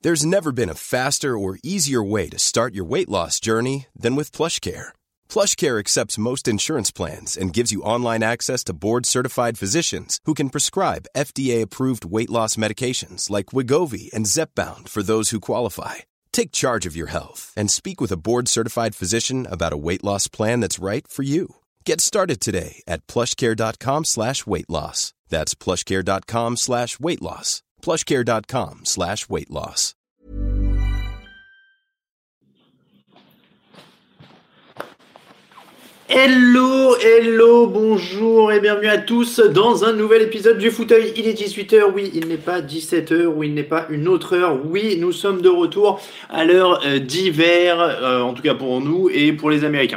There's never been a faster or easier way to start your weight loss journey than with PlushCare. PlushCare accepts most insurance plans and gives you online access to board-certified physicians who can prescribe FDA-approved weight loss medications like Wegovy and Zepbound for those who qualify. Take charge of your health and speak with a board-certified physician about a weight loss plan that's right for you. Get started today at plushcare.com/weight-loss. That's plushcare.com/weight-loss. plushcare.com/weight-loss. Hello, bonjour et bienvenue à tous dans un nouvel épisode du fauteuil. Il est 18h, oui, il n'est pas 17h, oui, il n'est pas une autre heure, oui, nous sommes de retour à l'heure d'hiver, en tout cas pour nous et pour les Américains.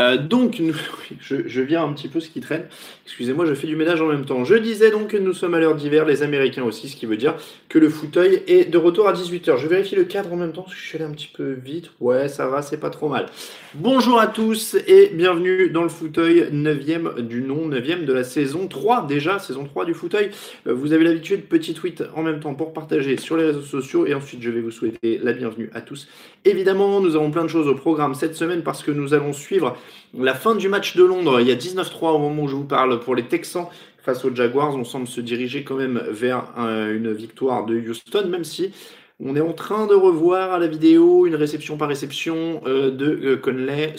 Je viens un petit peu ce qui traîne, excusez-moi, je fais du ménage en même temps. Je disais donc que nous sommes à l'heure d'hiver, les Américains aussi, ce qui veut dire que le fauteuil est de retour à 18h. Je vérifie le cadre en même temps parce que je suis allé un petit peu vite, ouais, ça va, c'est pas trop mal. Bonjour à tous et bienvenue dans le fauteuil, 9e de la saison 3 déjà, saison 3 du fauteuil. Vous avez l'habitude, petit tweet en même temps pour partager sur les réseaux sociaux et ensuite je vais vous souhaiter la bienvenue à tous. Évidemment, nous avons plein de choses au programme cette semaine parce que nous allons suivre la fin du match de Londres. Il y a 19-3 au moment où je vous parle pour les Texans face aux Jaguars. On semble se diriger quand même vers une victoire de Houston, même si on est en train de revoir à la vidéo une réception par réception de Conley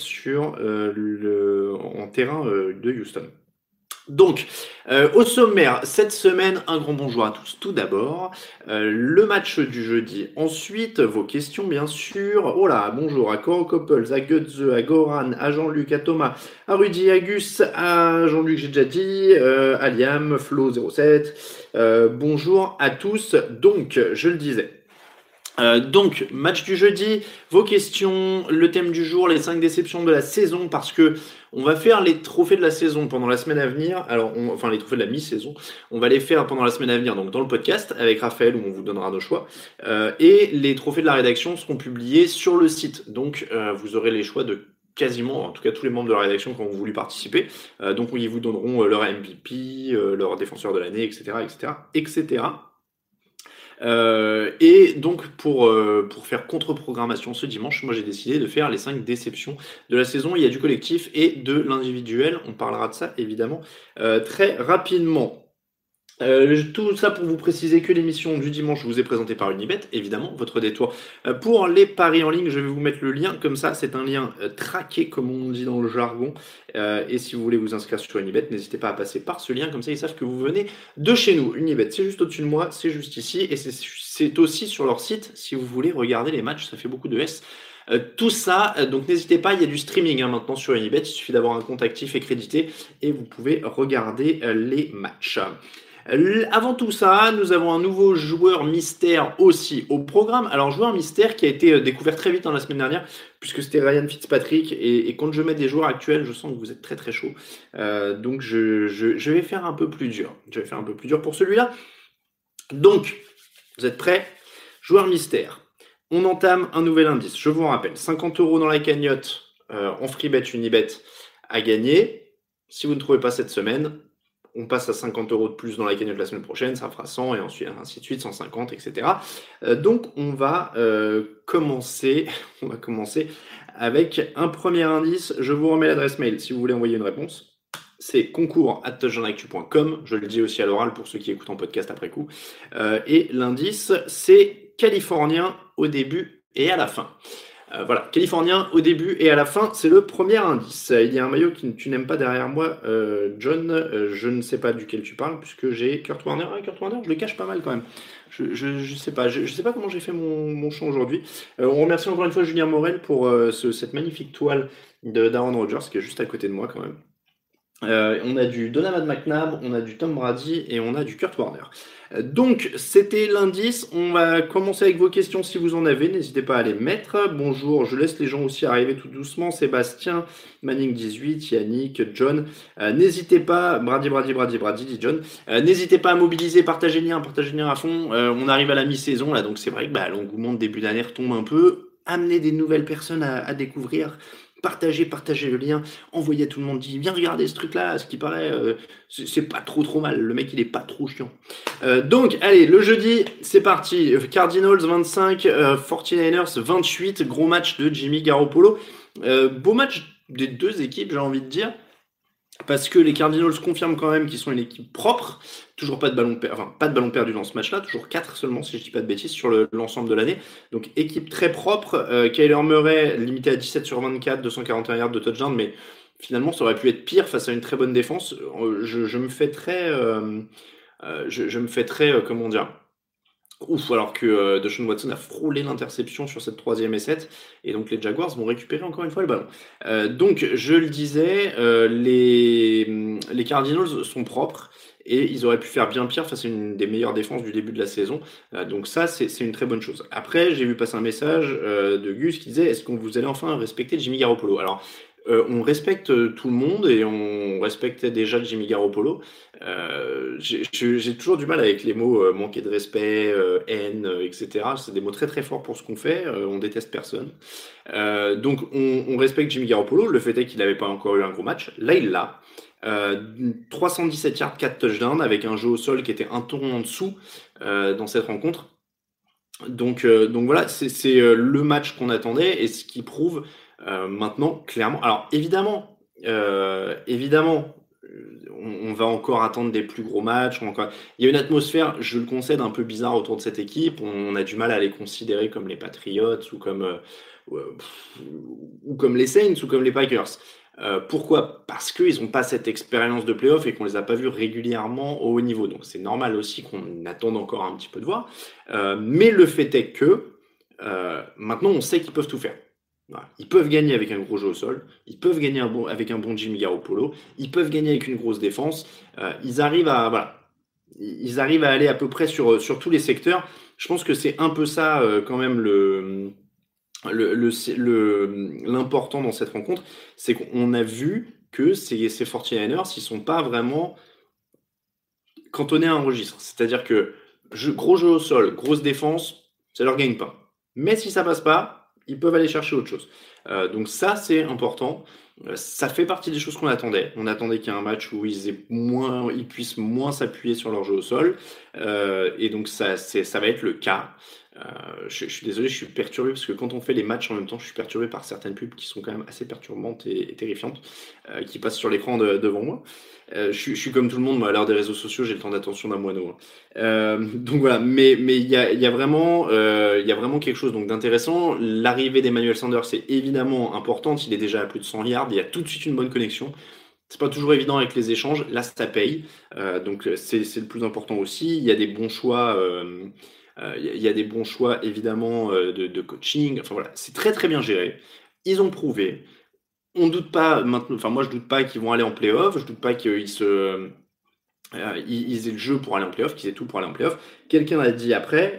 en terrain de Houston. Donc, au sommaire, cette semaine, un grand bonjour à tous. Tout d'abord, le match du jeudi. Ensuite, vos questions, bien sûr. Oh là, bonjour à Coro Coppels, à Gutze, à Goran, à Jean-Luc, à Thomas, à Rudy, à Gus, à Jean-Luc, j'ai déjà dit, à Liam, Flo07. Bonjour à tous. Donc, je le disais. Donc, match du jeudi, vos questions, le thème du jour, les 5 déceptions de la saison, parce que on va faire les trophées de la saison pendant la semaine à venir. Alors, enfin les trophées de la mi-saison, on va les faire pendant la semaine à venir, donc dans le podcast avec Raphaël où on vous donnera nos choix. Et les trophées de la rédaction seront publiés sur le site. Donc, vous aurez les choix de quasiment, en tout cas tous les membres de la rédaction qui ont voulu participer. Donc, ils vous donneront leur MVP, leur défenseur de l'année, etc., etc. Et donc pour faire contre-programmation ce dimanche, moi j'ai décidé de faire les 5 déceptions de la saison. Il y a du collectif et de l'individuel, on parlera de ça évidemment très rapidement. Tout ça pour vous préciser que l'émission du dimanche vous est présentée par Unibet, évidemment, votre détour pour les paris en ligne. Je vais vous mettre le lien, comme ça, c'est un lien traqué, comme on dit dans le jargon. Et si vous voulez vous inscrire sur Unibet, n'hésitez pas à passer par ce lien, comme ça ils savent que vous venez de chez nous. Unibet, c'est juste au-dessus de moi, c'est juste ici, et c'est aussi sur leur site, si vous voulez regarder les matchs, ça fait beaucoup de S. Tout ça, donc n'hésitez pas, il y a du streaming maintenant sur Unibet, il suffit d'avoir un compte actif et crédité, et vous pouvez regarder les matchs. Avant tout ça, nous avons un nouveau joueur mystère aussi au programme. Alors, joueur mystère qui a été découvert très vite la semaine dernière, puisque c'était Ryan Fitzpatrick. Et quand je mets des joueurs actuels, je sens que vous êtes très très chaud. Donc, je vais faire un peu plus dur. Je vais faire un peu plus dur pour celui-là. Donc, vous êtes prêts? Joueur mystère. On entame un nouvel indice. Je vous rappelle, 50 € dans la cagnotte en freebet Unibet à gagner. Si vous ne trouvez pas cette semaine, on passe à 50 € de plus dans la cagnotte la semaine prochaine, ça fera 100 et ensuite ainsi de suite, 150, etc. Donc on va commencer avec un premier indice. Je vous remets l'adresse mail si vous voulez envoyer une réponse. C'est concours@touchdownactu.com. Je le dis aussi à l'oral pour ceux qui écoutent en podcast après coup. Et l'indice, c'est californien au début et à la fin. Voilà, californien au début et à la fin, c'est le premier indice. Il y a un maillot que tu n'aimes pas derrière moi, John. Je ne sais pas duquel tu parles, puisque j'ai Kurt Warner. Ah, Kurt Warner, je le cache pas mal quand même. Je sais pas. Je sais pas comment j'ai fait mon chant aujourd'hui. On remercie encore une fois Julien Morel pour cette magnifique toile d'Aaron Rodgers, qui est juste à côté de moi quand même. On a du Donovan McNabb, on a du Tom Brady et on a du Kurt Warner. Donc, c'était l'indice. On va commencer avec vos questions si vous en avez. N'hésitez pas à les mettre. Bonjour, je laisse les gens aussi arriver tout doucement. Sébastien, Manning18, Yannick, John. N'hésitez pas, Brady, dit John. N'hésitez pas à mobiliser, partagez lien à fond. On arrive à la mi-saison là, donc c'est vrai que l'engouement de début d'année retombe un peu. Amenez des nouvelles personnes à découvrir. partagez le lien, envoyez à tout le monde, dit viens regarder ce truc-là, ce qui paraît, c'est pas trop mal, le mec il est pas trop chiant. Donc allez, le jeudi, c'est parti, Cardinals 25, 49ers 28, gros match de Jimmy Garoppolo, beau match des deux équipes, j'ai envie de dire. Parce que les Cardinals confirment quand même qu'ils sont une équipe propre, toujours pas de ballon perdu dans ce match-là, toujours 4 seulement si je dis pas de bêtises sur l'ensemble de l'année. Donc équipe très propre, Kyler Murray limité à 17 sur 24, 241 yards de touchdown, mais finalement ça aurait pu être pire face à une très bonne défense. Je me fais très, comment dire, ouf, alors que Deshaun Watson a frôlé l'interception sur cette 3e et 7, et donc les Jaguars vont récupérer encore une fois le ballon. Donc, je le disais, les Cardinals sont propres, et ils auraient pu faire bien pire face à une des meilleures défenses du début de la saison. Donc ça, c'est une très bonne chose. Après, j'ai vu passer un message de Gus qui disait « Est-ce que vous allez enfin respecter Jimmy Garoppolo ?» Alors, on respecte tout le monde et on respectait déjà Jimmy Garoppolo. J'ai toujours du mal avec les mots manquer de respect, haine, etc. C'est des mots très très forts pour ce qu'on fait. On déteste personne. Donc on respecte Jimmy Garoppolo. Le fait est qu'il n'avait pas encore eu un gros match. Là, il l'a. 317 yards, 4 touchdowns avec un jeu au sol qui était un ton en dessous dans cette rencontre. Donc voilà, c'est le match qu'on attendait et ce qui prouve maintenant clairement. Alors évidemment, on va encore attendre des plus gros matchs. Il y a une atmosphère, je le concède, un peu bizarre autour de cette équipe. On a du mal à les considérer comme les Patriots ou comme les Saints ou comme les Packers. Pourquoi ? Parce qu'ils n'ont pas cette expérience de playoff et qu'on les a pas vus régulièrement au haut niveau. Donc c'est normal aussi qu'on attende encore un petit peu de voir. Mais le fait est que maintenant on sait qu'ils peuvent tout faire. Voilà. Ils peuvent gagner avec un gros jeu au sol, ils peuvent gagner avec un bon Jimmy Garoppolo, ils peuvent gagner avec une grosse défense. Ils arrivent à aller à peu près sur tous les secteurs. Je pense que c'est un peu ça quand même l'important dans cette rencontre, c'est qu'on a vu que ces 49ers, ils sont pas vraiment cantonnés à un registre. C'est-à-dire que gros jeu au sol, grosse défense, ça leur gagne pas. Mais si ça passe pas, ils peuvent aller chercher autre chose. Donc ça, c'est important. Ça fait partie des choses qu'on attendait. On attendait qu'il y ait un match où ils puissent moins s'appuyer sur leur jeu au sol. Et donc ça va être le cas. Je suis désolé, je suis perturbé parce que quand on fait les matchs en même temps, je suis perturbé par certaines pubs qui sont quand même assez perturbantes et terrifiantes, qui passent sur l'écran devant moi. Je suis comme tout le monde, moi, à l'heure des réseaux sociaux, j'ai le temps d'attention d'un moineau. Donc voilà, mais il y a vraiment quelque chose donc d'intéressant. L'arrivée d'Emmanuel Sanders, c'est évidemment importante. Il est déjà à plus de 100 yards. Il y a tout de suite une bonne connexion. C'est pas toujours évident avec les échanges. Là, ça paye. Donc c'est le plus important aussi. Il y a des bons choix. Il y a des bons choix évidemment de coaching. Enfin voilà, c'est très très bien géré. Ils ont prouvé. On doute pas maintenant. Enfin moi je doute pas qu'ils vont aller en playoff. Je doute pas qu'ils aient le jeu pour aller en playoff, qu'ils aient tout pour aller en playoff. Quelqu'un a dit après,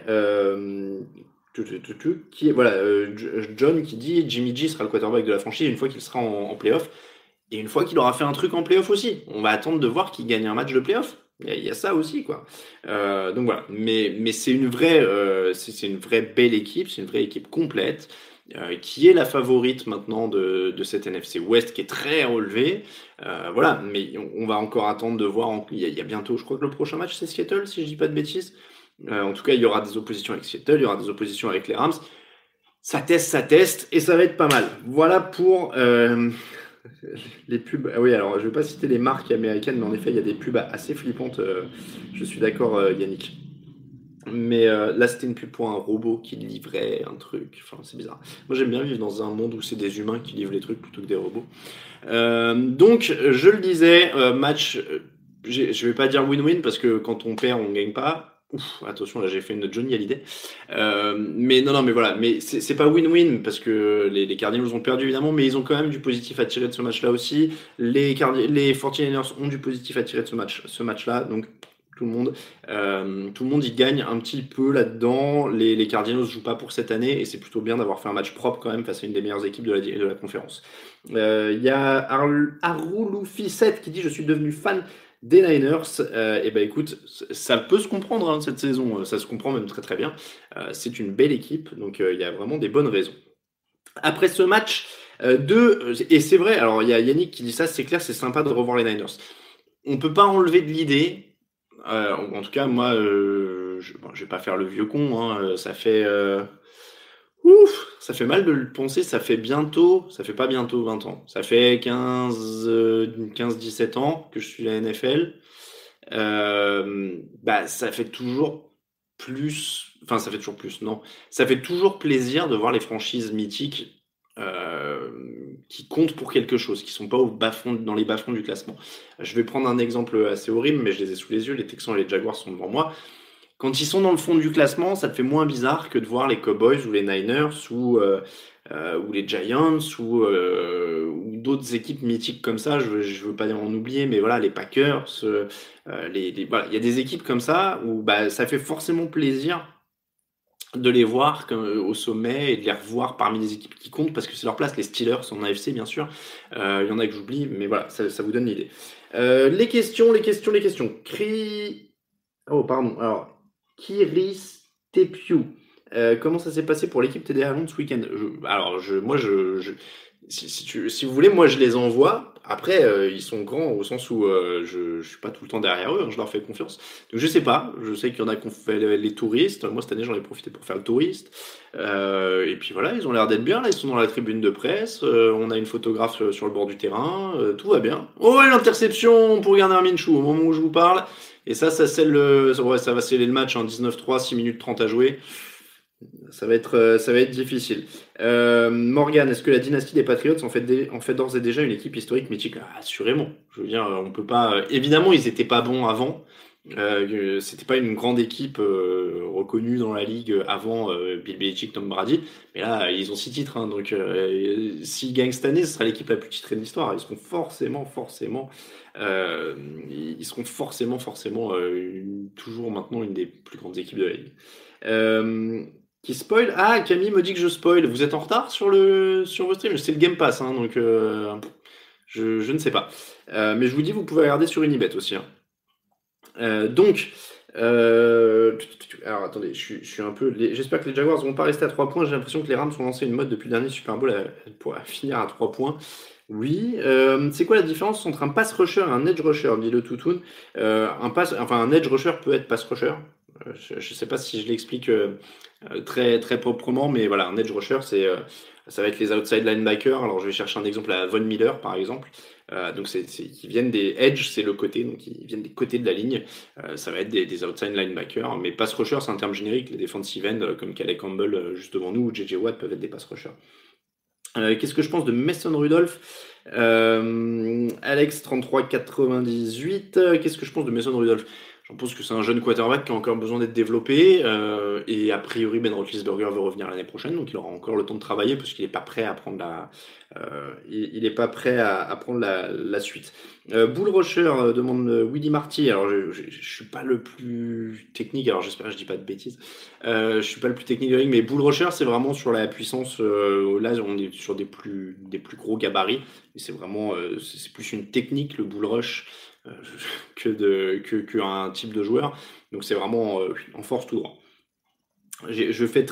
John qui dit Jimmy G sera le quarterback de la franchise une fois qu'il sera en playoff et une fois qu'il aura fait un truc en playoff aussi. On va attendre de voir qu'il gagne un match de playoff. Il y a ça aussi, quoi. Donc voilà. Mais c'est une vraie belle équipe, c'est une vraie équipe complète, qui est la favorite maintenant de cette NFC West qui est très relevée. Voilà. Mais on va encore attendre de voir. Il y a bientôt, je crois que le prochain match c'est Seattle, si je dis pas de bêtises. En tout cas, il y aura des oppositions avec Seattle, il y aura des oppositions avec les Rams. Ça teste, et ça va être pas mal. Voilà pour les pubs. Ah oui, alors je vais pas citer les marques américaines, mais en effet, il y a des pubs assez flippantes. Je suis d'accord, Yannick. Mais là, c'était une pub pour un robot qui livrait un truc. Enfin, c'est bizarre. Moi, j'aime bien vivre dans un monde où c'est des humains qui livrent les trucs plutôt que des robots. Donc, je le disais, match. Je vais pas dire win-win parce que quand on perd, on gagne pas. Ouf, attention, là j'ai fait une Johnny Hallyday. Mais non, mais voilà, mais c'est pas win-win parce que les Cardinals ont perdu évidemment, mais ils ont quand même du positif à tirer de ce match-là aussi. Les 49ers ont du positif à tirer de ce match-là, donc tout le monde y gagne un petit peu là-dedans. Les Cardinals jouent pas pour cette année et c'est plutôt bien d'avoir fait un match propre quand même face à une des meilleures équipes de la conférence. Il y a Arouloufi7 qui dit je suis devenu fan des Niners. Et ben écoute, ça peut se comprendre hein, cette saison, ça se comprend même très très bien. C'est une belle équipe, donc il y a vraiment des bonnes raisons. Après ce match, Et c'est vrai, alors il y a Yannick qui dit ça, c'est clair, c'est sympa de revoir les Niners. On peut pas enlever de l'idée, en tout cas, moi, je vais pas faire le vieux con, hein, ça fait mal de le penser, ça fait pas bientôt 20 ans, ça fait 17 ans que je suis la NFL. Bah, ça fait toujours plus, non. Ça fait toujours plaisir de voir les franchises mythiques euh, qui comptent pour quelque chose, qui sont pas dans les bas-fonds du classement. Je vais prendre un exemple assez horrible, mais je les ai sous les yeux. Les Texans et les Jaguars sont devant moi. Quand ils sont dans le fond du classement, ça te fait moins bizarre que de voir les Cowboys ou les Niners ou les Giants ou d'autres équipes mythiques comme ça. Je veux pas en oublier, mais voilà, les Packers, voilà, il y a des équipes comme ça où bah, ça fait forcément plaisir de les voir au sommet et de les revoir parmi les équipes qui comptent parce que c'est leur place. Les Steelers sont en AFC, bien sûr. Il y en a que j'oublie, mais voilà, ça vous donne l'idée. Les questions. Oh, pardon. Alors, Kiris Tepiu. Comment ça s'est passé pour l'équipe TD Londres ce week-end? Si vous voulez, moi je les envoie. Après, ils sont grands au sens où je suis pas tout le temps derrière eux, hein, je leur fais confiance. Donc je sais pas, je sais qu'il y en a qui ont fait les touristes. Moi cette année j'en ai profité pour faire le touriste. Et puis voilà, ils ont l'air d'être bien. Là, ils sont dans la tribune de presse. On a une photographe sur le bord du terrain. Tout va bien. Oh, et l'interception pour Gardner Minshew au moment où je vous parle. Et ça ça va sceller le match, hein, 19-3, 6 minutes 30 à jouer. Ça va être difficile. Morgan, est-ce que la dynastie des Patriots en fait d'ores et déjà une équipe historique mythique? Ah, assurément. Je veux dire, on peut pas. Évidemment, ils étaient pas bons avant. C'était pas une grande équipe reconnue dans la ligue avant Bill Belichick, Tom Brady. Mais là, ils ont 6 titres, hein, donc s'ils gagnent cette année, ce sera l'équipe la plus titrée de l'histoire. Ils seront forcément toujours maintenant une des plus grandes équipes de la ligue. Qui spoil? Ah, Camille me dit que je spoil. Vous êtes en retard sur vos streams? C'est le Game Pass, hein, donc je ne sais pas. Mais je vous dis, vous pouvez regarder sur Unibet aussi, hein. Donc, alors attendez, je suis un peu. J'espère que les Jaguars vont pas rester à 3 points. J'ai l'impression que les Rams ont lancé une mode depuis le dernier Super Bowl pour finir à 3 points. Oui. C'est quoi la différence entre un pass rusher et un edge rusher, dit le Toutoun? Un edge rusher peut être pass rusher. Je ne sais pas si je l'explique très très proprement, mais voilà, un edge rusher, ça va être les outside linebackers. Alors je vais chercher un exemple à Von Miller par exemple. Donc qui viennent des edge, c'est le côté, donc ils viennent des côtés de la ligne. Ça va être des outside linebackers, mais pass rusher c'est un terme générique. Les defensive end comme Calais Campbell juste devant nous ou JJ Watt peuvent être des pass rushers. Qu'est-ce que je pense de Mason Rudolph? Alex 3398. Qu'est-ce que je pense de Mason Rudolph? J'en pense que c'est un jeune quarterback qui a encore besoin d'être développé. Et a priori, Ben Roethlisberger veut revenir l'année prochaine, donc il aura encore le temps de travailler parce qu'il n'est pas prêt à prendre il est pas prêt à prendre la suite. Bull Rusher demande Willy Marty. Alors, je suis pas le plus technique. Alors, j'espère que je dis pas de bêtises. Je suis pas le plus technique de ligne, mais Bull Rusher, c'est vraiment sur la puissance. Là, on est sur des plus gros gabarits. Et c'est vraiment, c'est plus une technique le Bull Rush qu'un type de joueur. Donc c'est vraiment en force tout droit. Je fais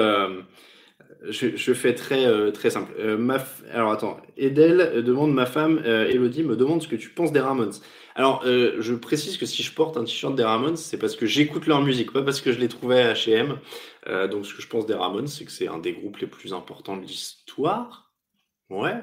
très simple. Alors attends, Edel demande, ma femme Elodie me demande ce que tu penses des Ramones. Alors je précise que si je porte un t-shirt des Ramones, c'est parce que j'écoute leur musique, pas parce que je les trouvais à H&M. Donc ce que je pense des Ramones, c'est que c'est un des groupes les plus importants de l'histoire. Ouais.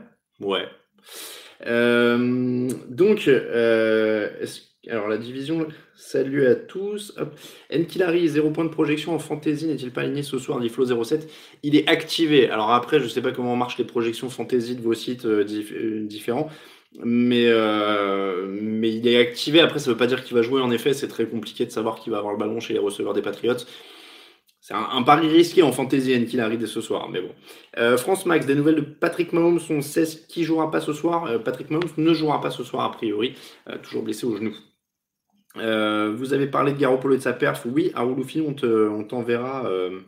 Alors la division, salut à tous. Hop. Nkilari, 0 point de projection en fantasy, n'est-il pas aligné ce soir? Niflo07, il est activé. Alors après, je sais pas comment marchent les projections fantasy de vos sites différents, mais il est activé. Après, ça veut pas dire qu'il va jouer. En effet, c'est très compliqué de savoir qui va avoir le ballon chez les receveurs des Patriots. C'est un pari risqué en fantasy Nkilari dès ce soir, mais bon. France Max, des nouvelles de Patrick Mahomes, on sait qui jouera pas ce soir. Patrick Mahomes ne jouera pas ce soir a priori, toujours blessé au genou. Vous avez parlé de Garoppolo et de sa perf. Oui, à Rouloufi, on t'enverra.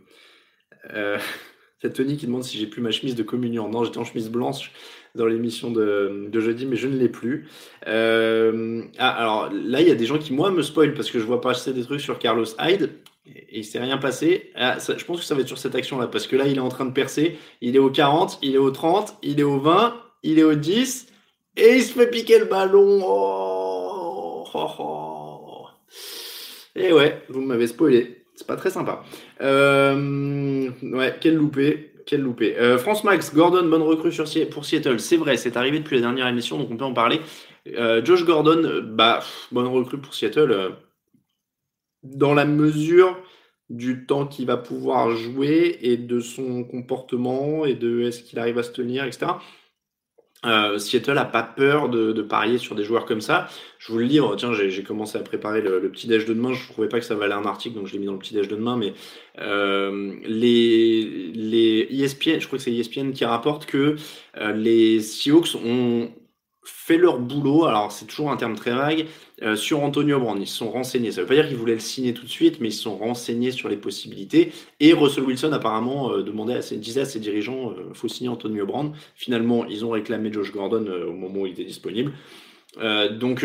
C'est Tony qui demande si j'ai plus ma chemise de communion. Non, j'étais en chemise blanche dans l'émission de jeudi, mais je ne l'ai plus. Alors là, il y a des gens qui, moi, me spoilent parce que je vois passer des trucs sur Carlos Hyde. et il s'est rien passé. Je pense que ça va être sur cette action-là, parce que là, il est en train de percer. Il est au 40, il est au 30, il est au 20, il est au 10, et il se fait piquer le ballon. Et ouais, vous m'avez spoilé. C'est pas très sympa. Ouais, quel loupé. Quel loupé. France Max, Gordon, bonne recrue pour Seattle. C'est vrai, c'est arrivé depuis la dernière émission, donc on peut en parler. Josh Gordon, bonne recrue pour Seattle. Dans la mesure du temps qu'il va pouvoir jouer et de son comportement et de est-ce qu'il arrive à se tenir, etc. Seattle a pas peur de parier sur des joueurs comme ça. Je vous le livre, tiens, j'ai commencé à préparer le petit déj de demain. Je trouvais pas que ça valait un article, donc je l'ai mis dans le petit déj de demain. Mais les ESPN, je crois que c'est ESPN qui rapporte que les Seahawks ont fait leur boulot. Alors c'est toujours un terme très vague sur Antonio Brown. Ils se sont renseignés. Ça veut pas dire qu'ils voulaient le signer tout de suite, mais ils se sont renseignés sur les possibilités. Et Russell Wilson apparemment disait à ses dirigeants, faut signer Antonio Brown. Finalement, ils ont réclamé Josh Gordon au moment où il était disponible. Donc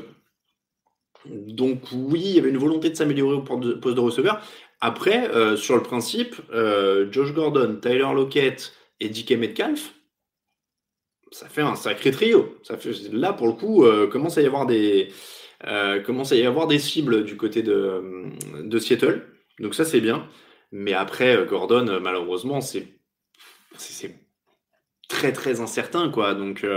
oui, il y avait une volonté de s'améliorer au poste de receveur. Après, sur le principe, Josh Gordon, Tyler Lockett et DK Metcalf, ça fait un sacré trio. Là, pour le coup, commence à y avoir des cibles du côté de Seattle. Donc ça, c'est bien. Mais après, Gordon, malheureusement, c'est très, très incertain, quoi. Donc,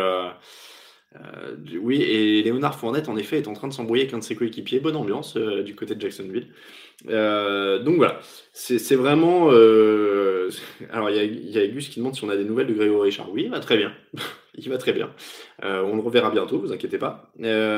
oui, et Léonard Fournette, en effet, est en train de s'embrouiller avec un de ses coéquipiers. Bonne ambiance du côté de Jacksonville. Donc voilà, c'est vraiment... Alors, il y a Gus qui demande si on a des nouvelles de Grégory Richard. Oui, il va très bien. Il va très bien. On le reverra bientôt, vous inquiétez pas.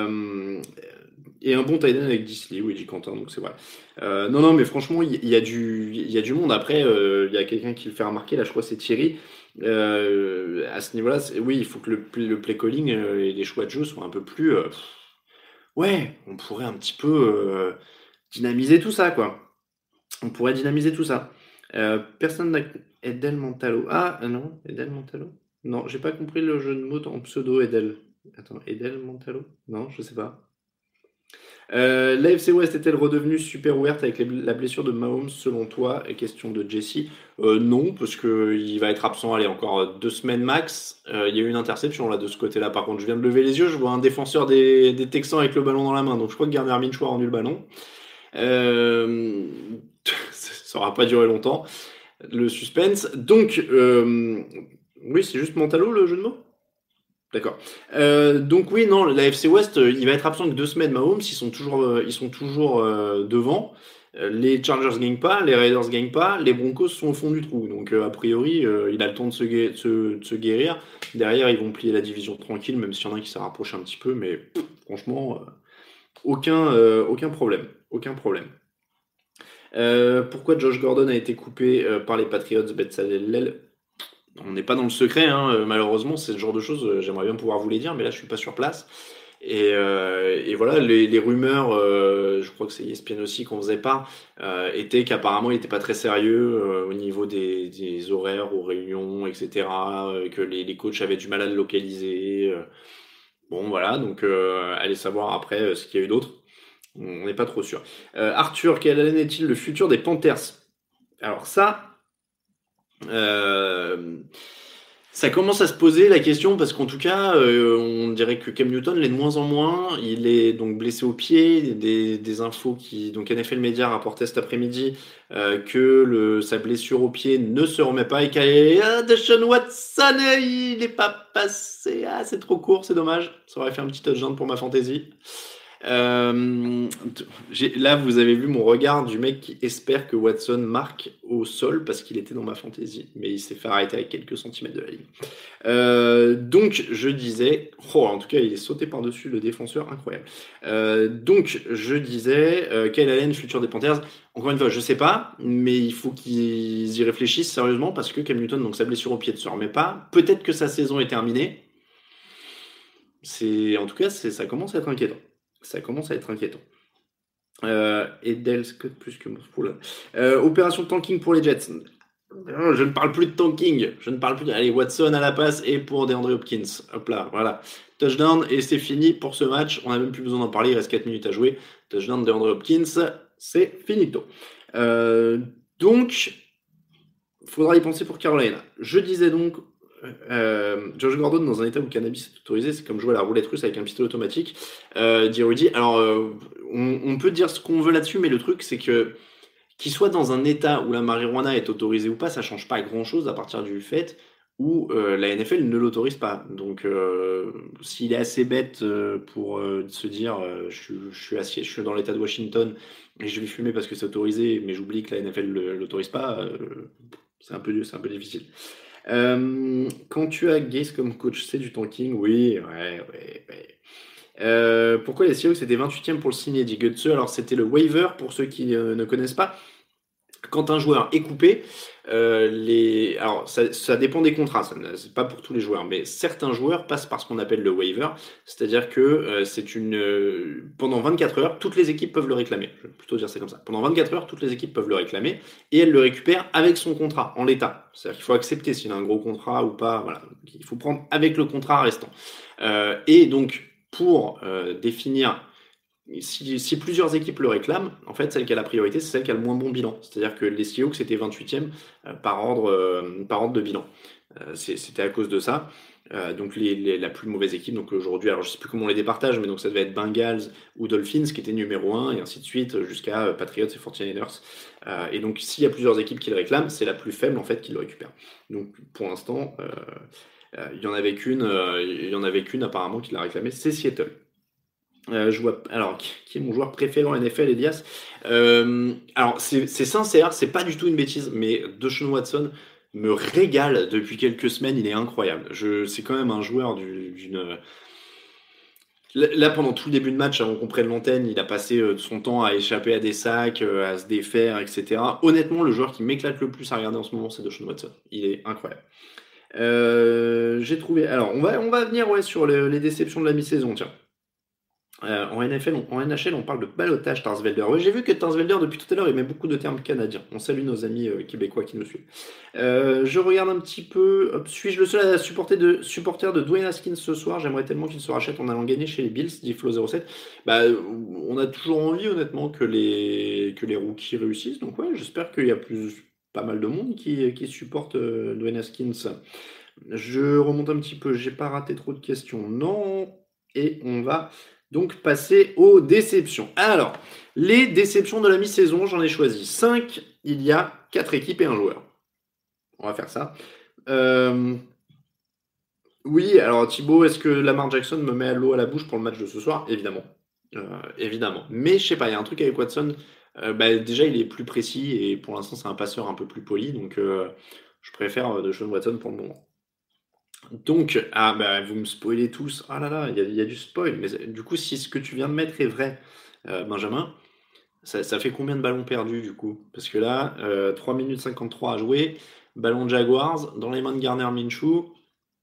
Et un bon tight end avec Disley, oui, dit Quentin, donc c'est vrai. Non, mais franchement, il y a du monde. Après, il y a quelqu'un qui le fait remarquer, là, je crois que c'est Thierry. À ce niveau-là, oui, il faut que le play calling et les choix de jeu soient un peu plus... Ouais, on pourrait un petit peu dynamiser tout ça, quoi. On pourrait dynamiser tout ça. Personne n'a... Edel Montalo. Non, Edel Montalo. Non, j'ai pas compris le jeu de mots en pseudo Edel. Attends, Edel Montalo? Non, je sais pas. L'AFC West est-elle redevenue super ouverte avec la blessure de Mahomes selon toi? Question de Jesse. Non, parce qu'il va être absent, allez, encore 2 semaines max. Il y a eu une interception là de ce côté-là. Par contre, je viens de lever les yeux, je vois un défenseur des Texans avec le ballon dans la main. Donc je crois que Gardner Minshew a rendu le ballon. Ça aura pas duré longtemps, le suspense. Donc, oui, c'est juste Montalo le jeu de mots? D'accord. Donc oui, non, la FC West, il va être absent que 2 semaines. Mahomes, ils sont toujours devant. Les Chargers gagnent pas, les Raiders gagnent pas, les Broncos sont au fond du trou. Donc a priori, il a le temps de se guérir. Derrière, ils vont plier la division tranquille, même s'il y en a un qui s'est rapproché un petit peu. Mais franchement, aucun problème. Aucun problème. Pourquoi Josh Gordon a été coupé par les Patriots? Betsalel, on n'est pas dans le secret, hein, malheureusement, c'est ce genre de choses, j'aimerais bien pouvoir vous les dire, mais là je suis pas sur place. Et voilà, les rumeurs, je crois que c'est ESPN aussi qu'on faisait pas, étaient qu'apparemment il était pas très sérieux au niveau des horaires aux réunions, etc. Que les coachs avaient du mal à le localiser. Bon voilà, donc allez savoir après ce qu'il y a eu d'autre. On n'est pas trop sûr. Arthur, quelle année est-il le futur des Panthers? Alors ça commence à se poser la question parce qu'en tout cas, on dirait que Cam Newton l'est de moins en moins. Il est donc blessé au pied. Des infos qui, donc NFL Media rapportait cet après-midi que sa blessure au pied ne se remet pas et Deshaun Watson, il n'est pas passé. C'est trop court, c'est dommage. Ça aurait fait un petit touchdown pour ma fantasy. Là, vous avez vu mon regard du mec qui espère que Watson marque au sol parce qu'il était dans ma fantaisie, mais il s'est fait arrêter avec quelques centimètres de la ligne. Donc, je disais, en tout cas, il est sauté par-dessus le défenseur, incroyable. Donc, je disais, quelle est le futur des Panthers? Encore une fois, je sais pas, mais il faut qu'ils y réfléchissent sérieusement parce que Cam Newton, donc sa blessure au pied ne se remet pas. Peut-être que sa saison est terminée. En tout cas, ça commence à être inquiétant. Ça commence à être inquiétant. Edel Scott plus que Mouspoul. Opération tanking pour les Jets. Je ne parle plus de tanking. Je ne parle plus de... Allez, Watson à la passe et pour DeAndre Hopkins. Hop là, voilà. Touchdown et c'est fini pour ce match. On n'a même plus besoin d'en parler. Il reste 4 minutes à jouer. Touchdown DeAndre Hopkins. C'est finito. Donc, faudra y penser pour Carolina. Je disais donc, Josh Gordon dans un état où le cannabis est autorisé, c'est comme jouer à la roulette russe avec un pistolet automatique. Dit Rudy. Alors, on peut dire ce qu'on veut là-dessus, mais le truc, c'est que qu'il soit dans un état où la marijuana est autorisée ou pas, ça change pas grand-chose à partir du fait où la NFL ne l'autorise pas. Donc, s'il est assez bête pour se dire je suis dans l'État de Washington et je vais fumer parce que c'est autorisé, mais j'oublie que la NFL ne l'autorise pas, c'est un peu difficile. Quand tu as Gase comme coach, c'est du tanking? Oui, ouais. Pourquoi les Seahawks étaient 28e pour le signer, dit Gutse? Alors, c'était le waiver pour ceux qui ne connaissent pas. Quand un joueur est coupé, alors ça dépend des contrats, c'est pas pour tous les joueurs, mais certains joueurs passent par ce qu'on appelle le waiver, c'est-à-dire que pendant 24 heures, toutes les équipes peuvent le réclamer. Je vais plutôt dire ça comme ça. Pendant 24 heures, toutes les équipes peuvent le réclamer et elles le récupèrent avec son contrat en l'état. C'est-à-dire qu'il faut accepter s'il a un gros contrat ou pas. Voilà, il faut prendre avec le contrat restant. Et donc pour définir si plusieurs équipes le réclament, en fait, celle qui a la priorité, c'est celle qui a le moins bon bilan. C'est-à-dire que les Seahawks c'était 28e par ordre de bilan. C'était à cause de ça. Donc la plus mauvaise équipe, donc aujourd'hui, alors je sais plus comment on les départage, mais donc ça devait être Bengals ou Dolphins qui étaient numéro 1 et ainsi de suite jusqu'à Patriots et 49ers. Et donc s'il y a plusieurs équipes qui le réclament, c'est la plus faible en fait qui le récupère. Donc pour l'instant, il y en avait qu'une apparemment qui l'a réclamé, c'est Seattle. Alors, qui est mon joueur préféré en NFL, Elias? Alors, c'est sincère, c'est pas du tout une bêtise, mais Deshaun Watson me régale depuis quelques semaines, il est incroyable. C'est quand même un joueur d'une. Là, pendant tout le début de match, avant qu'on prenne l'antenne, il a passé son temps à échapper à des sacs, à se défaire, etc. Honnêtement, le joueur qui m'éclate le plus à regarder en ce moment, c'est Deshaun Watson. Il est incroyable. J'ai trouvé. Alors, on va venir sur les déceptions de la mi-saison, tiens. En NHL, on parle de balotage Tarsvelder. Ouais, j'ai vu que Tarsvelder, depuis tout à l'heure, il met beaucoup de termes canadiens. On salue nos amis québécois qui nous suivent. Je regarde un petit peu. Suis-je le seul à supporter supporter de Dwayne Haskins ce soir? J'aimerais tellement qu'il se rachète en allant gagner chez les Bills, dit Flo07. Bah, on a toujours envie, honnêtement, que les rookies réussissent. Donc, ouais, j'espère qu'il y a pas mal de monde qui supporte Dwayne Haskins. Je remonte un petit peu. J'ai pas raté trop de questions. Non. Et on va donc passer aux déceptions. Alors, les déceptions de la mi-saison, j'en ai choisi 5. Il y a 4 équipes et un joueur. On va faire ça. Oui, alors Thibaut, est-ce que Lamar Jackson me met à l'eau à la bouche pour le match de ce soir? Évidemment. Évidemment. Mais je sais pas, il y a un truc avec Watson. Déjà, il est plus précis et pour l'instant, c'est un passeur un peu plus poli. Donc, je préfère Deshaun Watson pour le moment. Donc, vous me spoilez tous. Ah là là, il y a du spoil. Mais du coup, si ce que tu viens de mettre est vrai, Benjamin, ça fait combien de ballons perdus du coup? Parce que là, 3 minutes 53 à jouer, ballon de Jaguars dans les mains de Gardner Minshew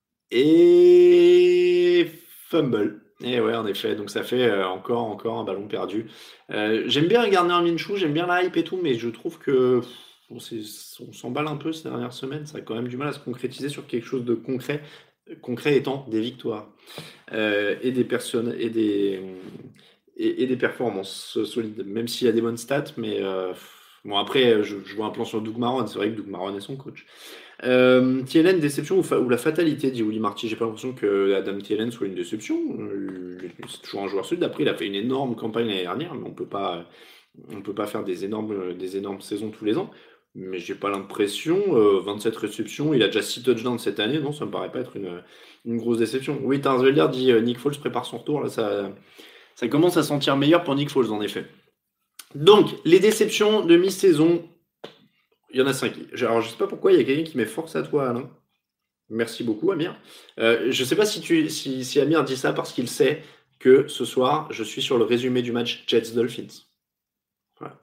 et fumble. Et ouais, en effet, donc ça fait encore un ballon perdu. J'aime bien Gardner Minshew, j'aime bien la hype et tout, mais je trouve que on s'emballe un peu ces dernières semaines. Ça a quand même du mal à se concrétiser sur quelque chose de concret. Concret étant des victoires et des personnes et des performances solides. Même s'il y a des bonnes stats, mais bon après, je vois un plan sur Doug Marron. C'est vrai que Doug Marron est son coach. Thielen, déception ou la fatalité, dit Willy Marty. J'ai pas l'impression que Adam Thielen soit une déception. C'est toujours un joueur solide. Après, il a fait une énorme campagne l'année dernière, mais on peut pas faire des énormes saisons tous les ans. Mais j'ai pas l'impression. 27 réceptions, il a déjà 6 touchdowns cette année. Non, ça me paraît pas être une grosse déception. Oui, Tarsvelder dit Nick Foles prépare son retour. Là, ça commence à sentir meilleur pour Nick Foles, en effet. Donc, les déceptions de mi-saison, il y en a 5. Alors, je sais pas pourquoi il y a quelqu'un qui met force à toi, Alain. Merci beaucoup, Amir. Je sais pas si Amir dit ça parce qu'il sait que ce soir, je suis sur le résumé du match Jets-Dolphins. Voilà.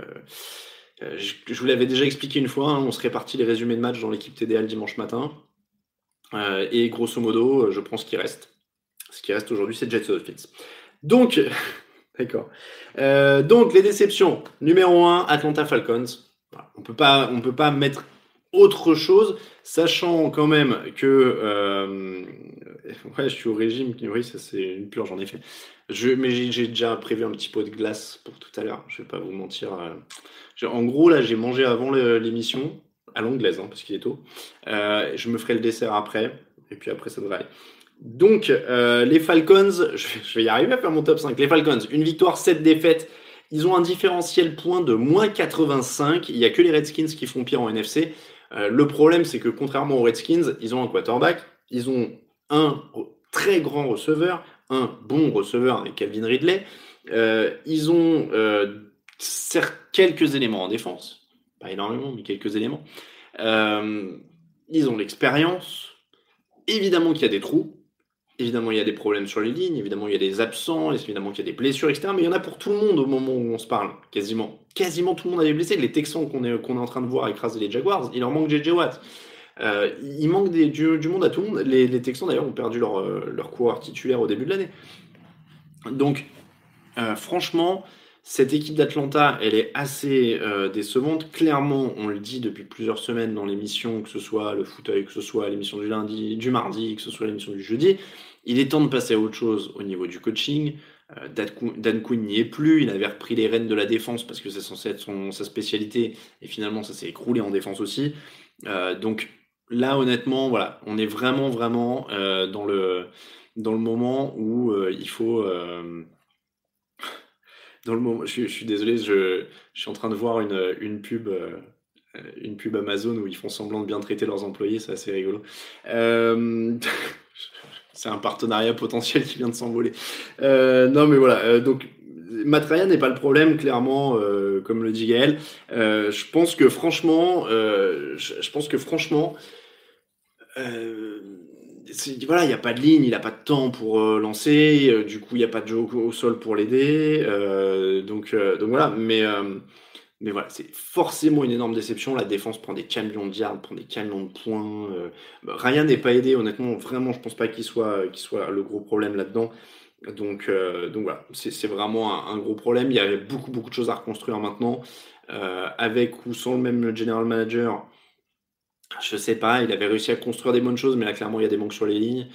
Je vous l'avais déjà expliqué une fois, on se répartit les résumés de match dans l'équipe TDA le dimanche matin. Et grosso modo, je prends ce qui reste. Ce qui reste aujourd'hui, c'est Jets-Dolphins. Donc, d'accord. Donc, les déceptions. Numéro 1, Atlanta Falcons. Voilà. On peut pas mettre autre chose, sachant quand même que ouais, je suis au régime, oui, ça c'est une purge en effet. Mais j'ai déjà prévu un petit pot de glace pour tout à l'heure, je vais pas vous mentir. En gros, là, j'ai mangé avant l'émission, à l'anglaise, hein, parce qu'il est tôt. Je me ferai le dessert après, et puis après, ça devrait aller. Donc, les Falcons, je vais y arriver à faire mon top 5. Les Falcons, une victoire, 7 défaites. Ils ont un différentiel point de moins 85. Il n'y a que les Redskins qui font pire en NFC. Le problème, c'est que contrairement aux Redskins, ils ont un quarterback, ils ont un très grand receveur, un bon receveur avec Calvin Ridley. Ils ont certes quelques éléments en défense, pas énormément, mais quelques éléments. Ils ont l'expérience. Évidemment qu'il y a des trous. Évidemment, il y a des problèmes sur les lignes, évidemment, il y a des absents, évidemment qu'il y a des blessures, etc. Mais il y en a pour tout le monde au moment où on se parle, quasiment. Quasiment tout le monde a des blessés. Les Texans qu'on est en train de voir écraser les Jaguars, il leur manque J.J. Watt. Il manque du monde à tout le monde. Les Texans, d'ailleurs, ont perdu leur coureur titulaire au début de l'année. Donc, franchement, cette équipe d'Atlanta, elle est assez décevante. Clairement, on le dit depuis plusieurs semaines dans l'émission, que ce soit le fauteuil, que ce soit l'émission du mardi, que ce soit l'émission du jeudi. Il est temps de passer à autre chose au niveau du coaching. Dan Quinn n'y est plus. Il avait repris les rênes de la défense parce que c'est censé être sa spécialité. Et finalement, ça s'est écroulé en défense aussi. Donc là, honnêtement, voilà, on est vraiment dans le moment où il faut... dans le moment, je suis désolé, je suis en train de voir une pub Amazon où ils font semblant de bien traiter leurs employés, c'est assez rigolo. C'est un partenariat potentiel qui vient de s'envoler. Non mais voilà, donc Matt Ryan n'est pas le problème, clairement, comme le dit Gaël. Je pense que franchement, voilà, il n'y a pas de ligne, il n'a pas de temps pour lancer, du coup il n'y a pas de jeu au sol pour l'aider, donc voilà, mais voilà, c'est forcément une énorme déception. La défense prend des camions de yards, prend des camions de points. Ryan n'est pas aidé, honnêtement, vraiment, je pense pas qu'il soit le gros problème là-dedans. Donc voilà, c'est vraiment un gros problème. Il y avait beaucoup de choses à reconstruire maintenant, avec ou sans le même general manager. Je sais pas, il avait réussi à construire des bonnes choses, mais là, clairement, il y a des manques sur les lignes.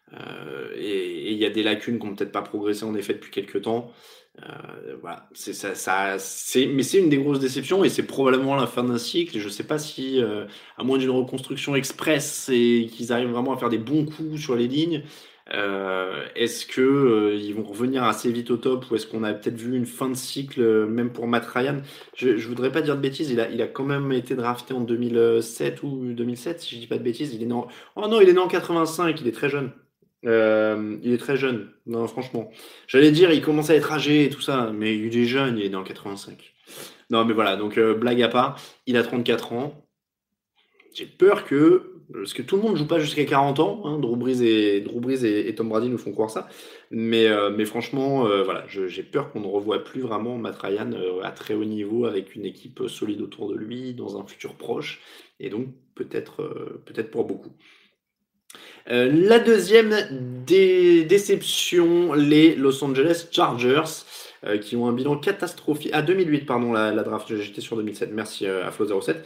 Et il y a des lacunes qui n'ont peut-être pas progressé, en effet, depuis quelques temps. Voilà, mais c'est une des grosses déceptions et c'est probablement la fin d'un cycle. Je sais pas si, à moins d'une reconstruction express et qu'ils arrivent vraiment à faire des bons coups sur les lignes, est-ce que ils vont revenir assez vite au top ou est-ce qu'on a peut-être vu une fin de cycle, même pour Matt Ryan? Je voudrais pas dire de bêtises, il a quand même été drafté en 2007 ou 2007, si je dis pas de bêtises. Oh non, il est né en 85, il est très jeune. Il est très jeune, non, franchement. J'allais dire, il commence à être âgé et tout ça, mais il est jeune, il est né en 85. Non, mais voilà, donc blague à part, il a 34 ans. J'ai peur parce que tout le monde joue pas jusqu'à 40 ans, hein, Drew Brees et Tom Brady nous font croire ça, mais franchement, voilà, j'ai peur qu'on ne revoie plus vraiment Matt Ryan à très haut niveau avec une équipe solide autour de lui dans un futur proche, et donc peut-être pour beaucoup. La deuxième déception, les Los Angeles Chargers, qui ont un bilan catastrophique. 2008, pardon, la draft, j'étais sur 2007, merci à Flo07.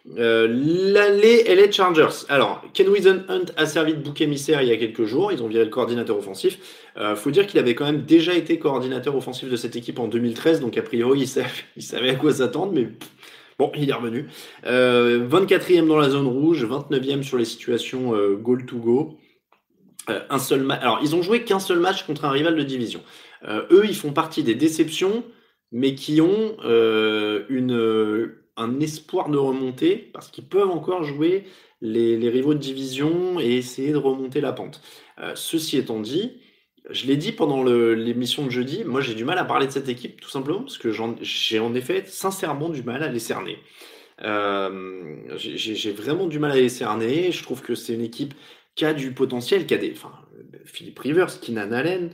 Les LA Chargers. Alors, Ken Whisenhunt a servi de bouc émissaire il y a quelques jours, ils ont viré le coordinateur offensif. Faut dire qu'il avait quand même déjà été coordinateur offensif de cette équipe en 2013, donc a priori il savait à quoi s'attendre, mais... Bon, il est revenu. 24e dans la zone rouge, 29e sur les situations goal to go. Un seul match. Alors, ils ont joué qu'un seul match contre un rival de division. Eux, ils font partie des déceptions, mais qui ont un espoir de remonter, parce qu'ils peuvent encore jouer les rivaux de division et essayer de remonter la pente. Ceci étant dit, je l'ai dit pendant l'émission de jeudi, moi j'ai du mal à parler de cette équipe tout simplement parce que j'ai en effet sincèrement du mal à les cerner. J'ai vraiment du mal à les cerner. Je trouve que c'est une équipe qui a du potentiel, Philip Rivers, Keenan Allen,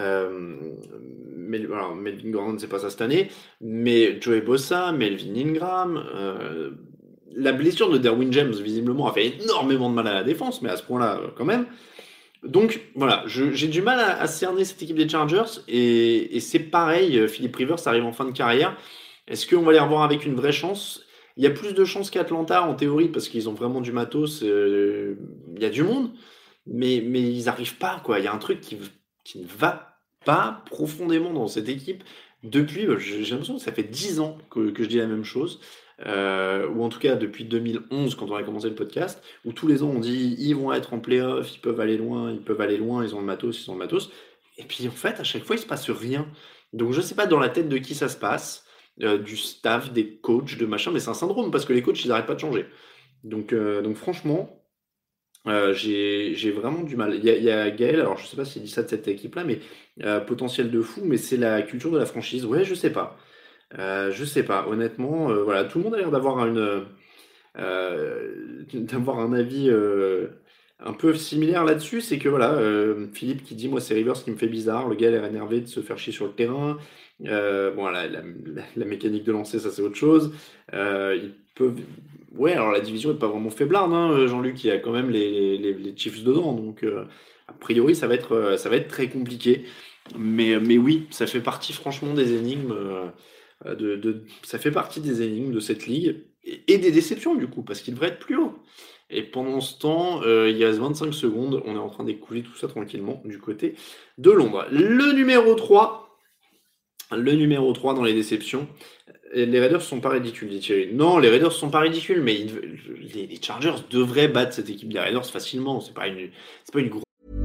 Melvin Gordon, c'est pas ça cette année, mais Joey Bosa, Melvin Ingram, la blessure de Derwin James visiblement a fait énormément de mal à la défense, mais à ce point-là quand même. Donc voilà, j'ai du mal à cerner cette équipe des Chargers et c'est pareil, Philip Rivers arrive en fin de carrière. Est-ce qu'on va les revoir avec une vraie chance? Il y a plus de chances qu'Atlanta en théorie parce qu'ils ont vraiment du matos. Il y a du monde, mais ils n'arrivent pas quoi. Il y a un truc qui ne va pas profondément dans cette équipe. Depuis, j'ai l'impression que ça fait 10 ans que je dis la même chose. Ou en tout cas depuis 2011 quand on a commencé le podcast, où tous les ans on dit ils vont être en playoff, ils peuvent aller loin, ils ont le matos. Et puis en fait à chaque fois il se passe rien. Donc je sais pas dans la tête de qui ça se passe, du staff, des coachs, de machin, mais c'est un syndrome parce que les coachs ils arrêtent pas de changer. Donc franchement, j'ai vraiment du mal. Il y a Gaël, alors je sais pas s'il dit ça de cette équipe-là, mais potentiel de fou, mais c'est la culture de la franchise. Ouais, je sais pas. Je sais pas, honnêtement, voilà, tout le monde a l'air d'avoir un avis un peu similaire là-dessus. C'est que voilà, Philippe qui dit moi c'est Rivers qui me fait bizarre, le gars a l'air énervé de se faire chier sur le terrain. Bon, la mécanique de lancer, ça c'est autre chose. Ils peuvent. Ouais, alors la division est pas vraiment faiblarde, hein, Jean-Luc, il y a quand même les Chiefs dedans, donc a priori ça va être très compliqué. Mais oui, ça fait partie franchement des énigmes. Ça fait partie des énigmes de cette ligue et des déceptions du coup, parce qu'il devrait être plus haut. Et pendant ce temps, il y a 25 secondes, on est en train d'écouler tout ça tranquillement du côté de Londres. Le numéro 3 dans les déceptions, les Raiders sont pas ridicules, dit Thierry. Non, les Raiders sont pas ridicules, mais les Chargers devraient battre cette équipe des Raiders facilement. C'est pas une grosse.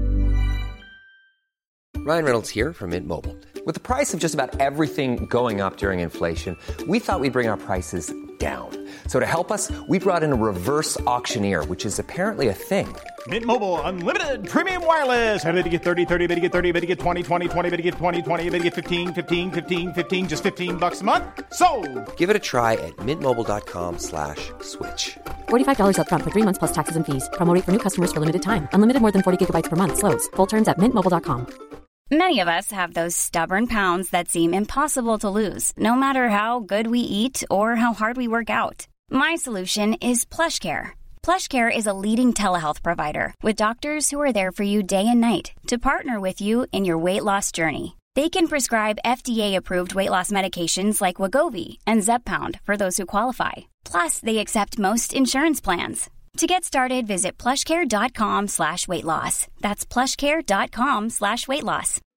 Ryan Reynolds here from Mint Mobile. With the price of just about everything going up during inflation, we thought we'd bring our prices down. So to help us, we brought in a reverse auctioneer, which is apparently a thing. Mint Mobile Unlimited Premium Wireless. How to get 30, 30, bit to get 30, bit to get 20, 20, 20, bit to get 20, 20, bit to get 15, 15, 15, 15, just $15 a month? Sold! Give it a try at mintmobile.com/switch. $45 up front for 3 months plus taxes and fees. Promo rate for new customers for limited time. Unlimited more than 40 gigabytes per month. Slows full terms at mintmobile.com. Many of us have those stubborn pounds that seem impossible to lose, no matter how good we eat or how hard we work out. My solution is PlushCare. PlushCare is a leading telehealth provider with doctors who are there for you day and night to partner with you in your weight loss journey. They can prescribe FDA-approved weight loss medications like Wegovy and Zepbound for those who qualify. Plus, they accept most insurance plans. To get started, visit plushcare.com/weightloss. That's plushcare.com/weightloss.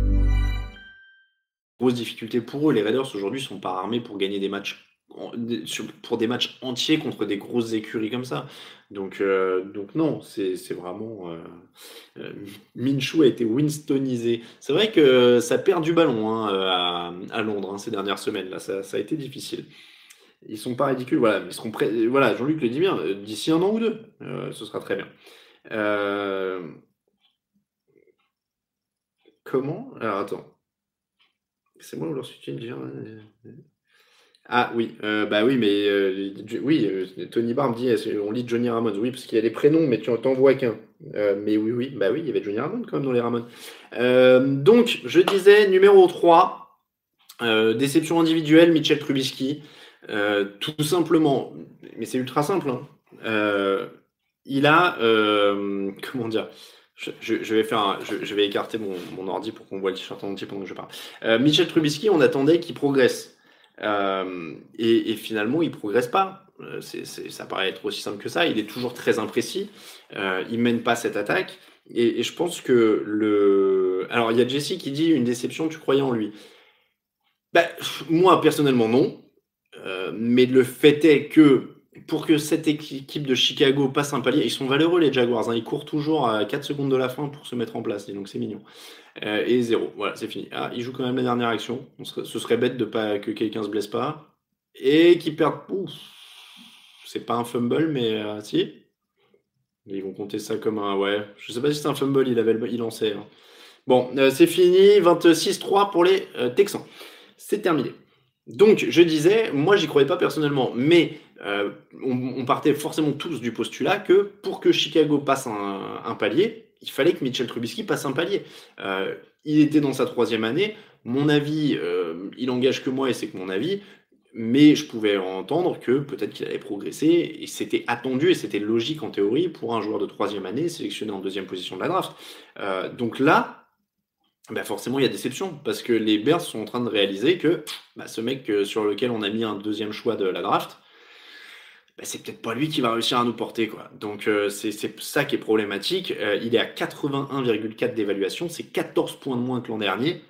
Grosse difficulté pour eux. Les Raiders aujourd'hui sont pas armés pour gagner des matchs pour des matchs entiers contre des grosses écuries comme ça. Donc non, c'est vraiment Minshew a été winstonisé. C'est vrai que ça perd du ballon à Londres ces dernières semaines là, ça a été difficile. Ils sont pas ridicules, voilà, mais ils seront prêts. Voilà, Jean-Luc le dit bien, d'ici 1 an ou 2, ce sera très bien. Comment? Alors attends. C'est moi ou leur suite dire. Ah oui, bah oui, mais oui, Tony Barr me dit, on lit Johnny Ramone. Oui, parce qu'il y a les prénoms, mais tu n'en vois qu'un. Mais oui, bah oui, il y avait Johnny Ramone quand même dans les Ramones. Donc, je disais, numéro 3, déception individuelle, Mitchell Trubisky. Tout simplement, mais c'est ultra simple. Il a, comment dire, je vais écarter mon ordi pour qu'on voit le t-shirt en entier pendant que je parle. Mitchell Trubisky, on attendait qu'il progresse, et finalement il progresse pas. Ça paraît être aussi simple que ça. Il est toujours très imprécis. Il mène pas cette attaque, et je pense que alors il y a Jesse qui dit une déception. Tu croyais en lui? Bah, moi personnellement non. Mais le fait est que pour que cette équipe de Chicago passe un palier, ils sont valeureux les Jaguars, ils courent toujours à 4 secondes de la fin pour se mettre en place, et donc c'est mignon. Et 0, voilà, c'est fini. Ah, ils jouent quand même la dernière action, ce serait bête de pas que quelqu'un se blesse pas, et qu'ils perdent. Ouf, c'est pas un fumble, mais si. Ils vont compter ça comme un. Ouais, je sais pas si c'est un fumble, il lançait. Bon, c'est fini, 26-3 pour les Texans. C'est terminé. Donc, je disais, moi, j'y croyais pas personnellement, mais on partait forcément tous du postulat que pour que Chicago passe un palier, il fallait que Mitchell Trubisky passe un palier. Il était dans sa 3e année. Mon avis, il engage que moi et c'est que mon avis, mais je pouvais entendre que peut-être qu'il allait progresser, et c'était attendu et c'était logique en théorie pour un joueur de 3e année sélectionné en 2e position de la draft. Donc là, bah forcément il y a déception, parce que les Bears sont en train de réaliser que ce mec sur lequel on a mis un 2e choix de la draft, c'est peut-être pas lui qui va réussir à nous porter, quoi. Donc c'est ça qui est problématique. Il est à 81,4 d'évaluation, c'est 14 points de moins que l'an dernier.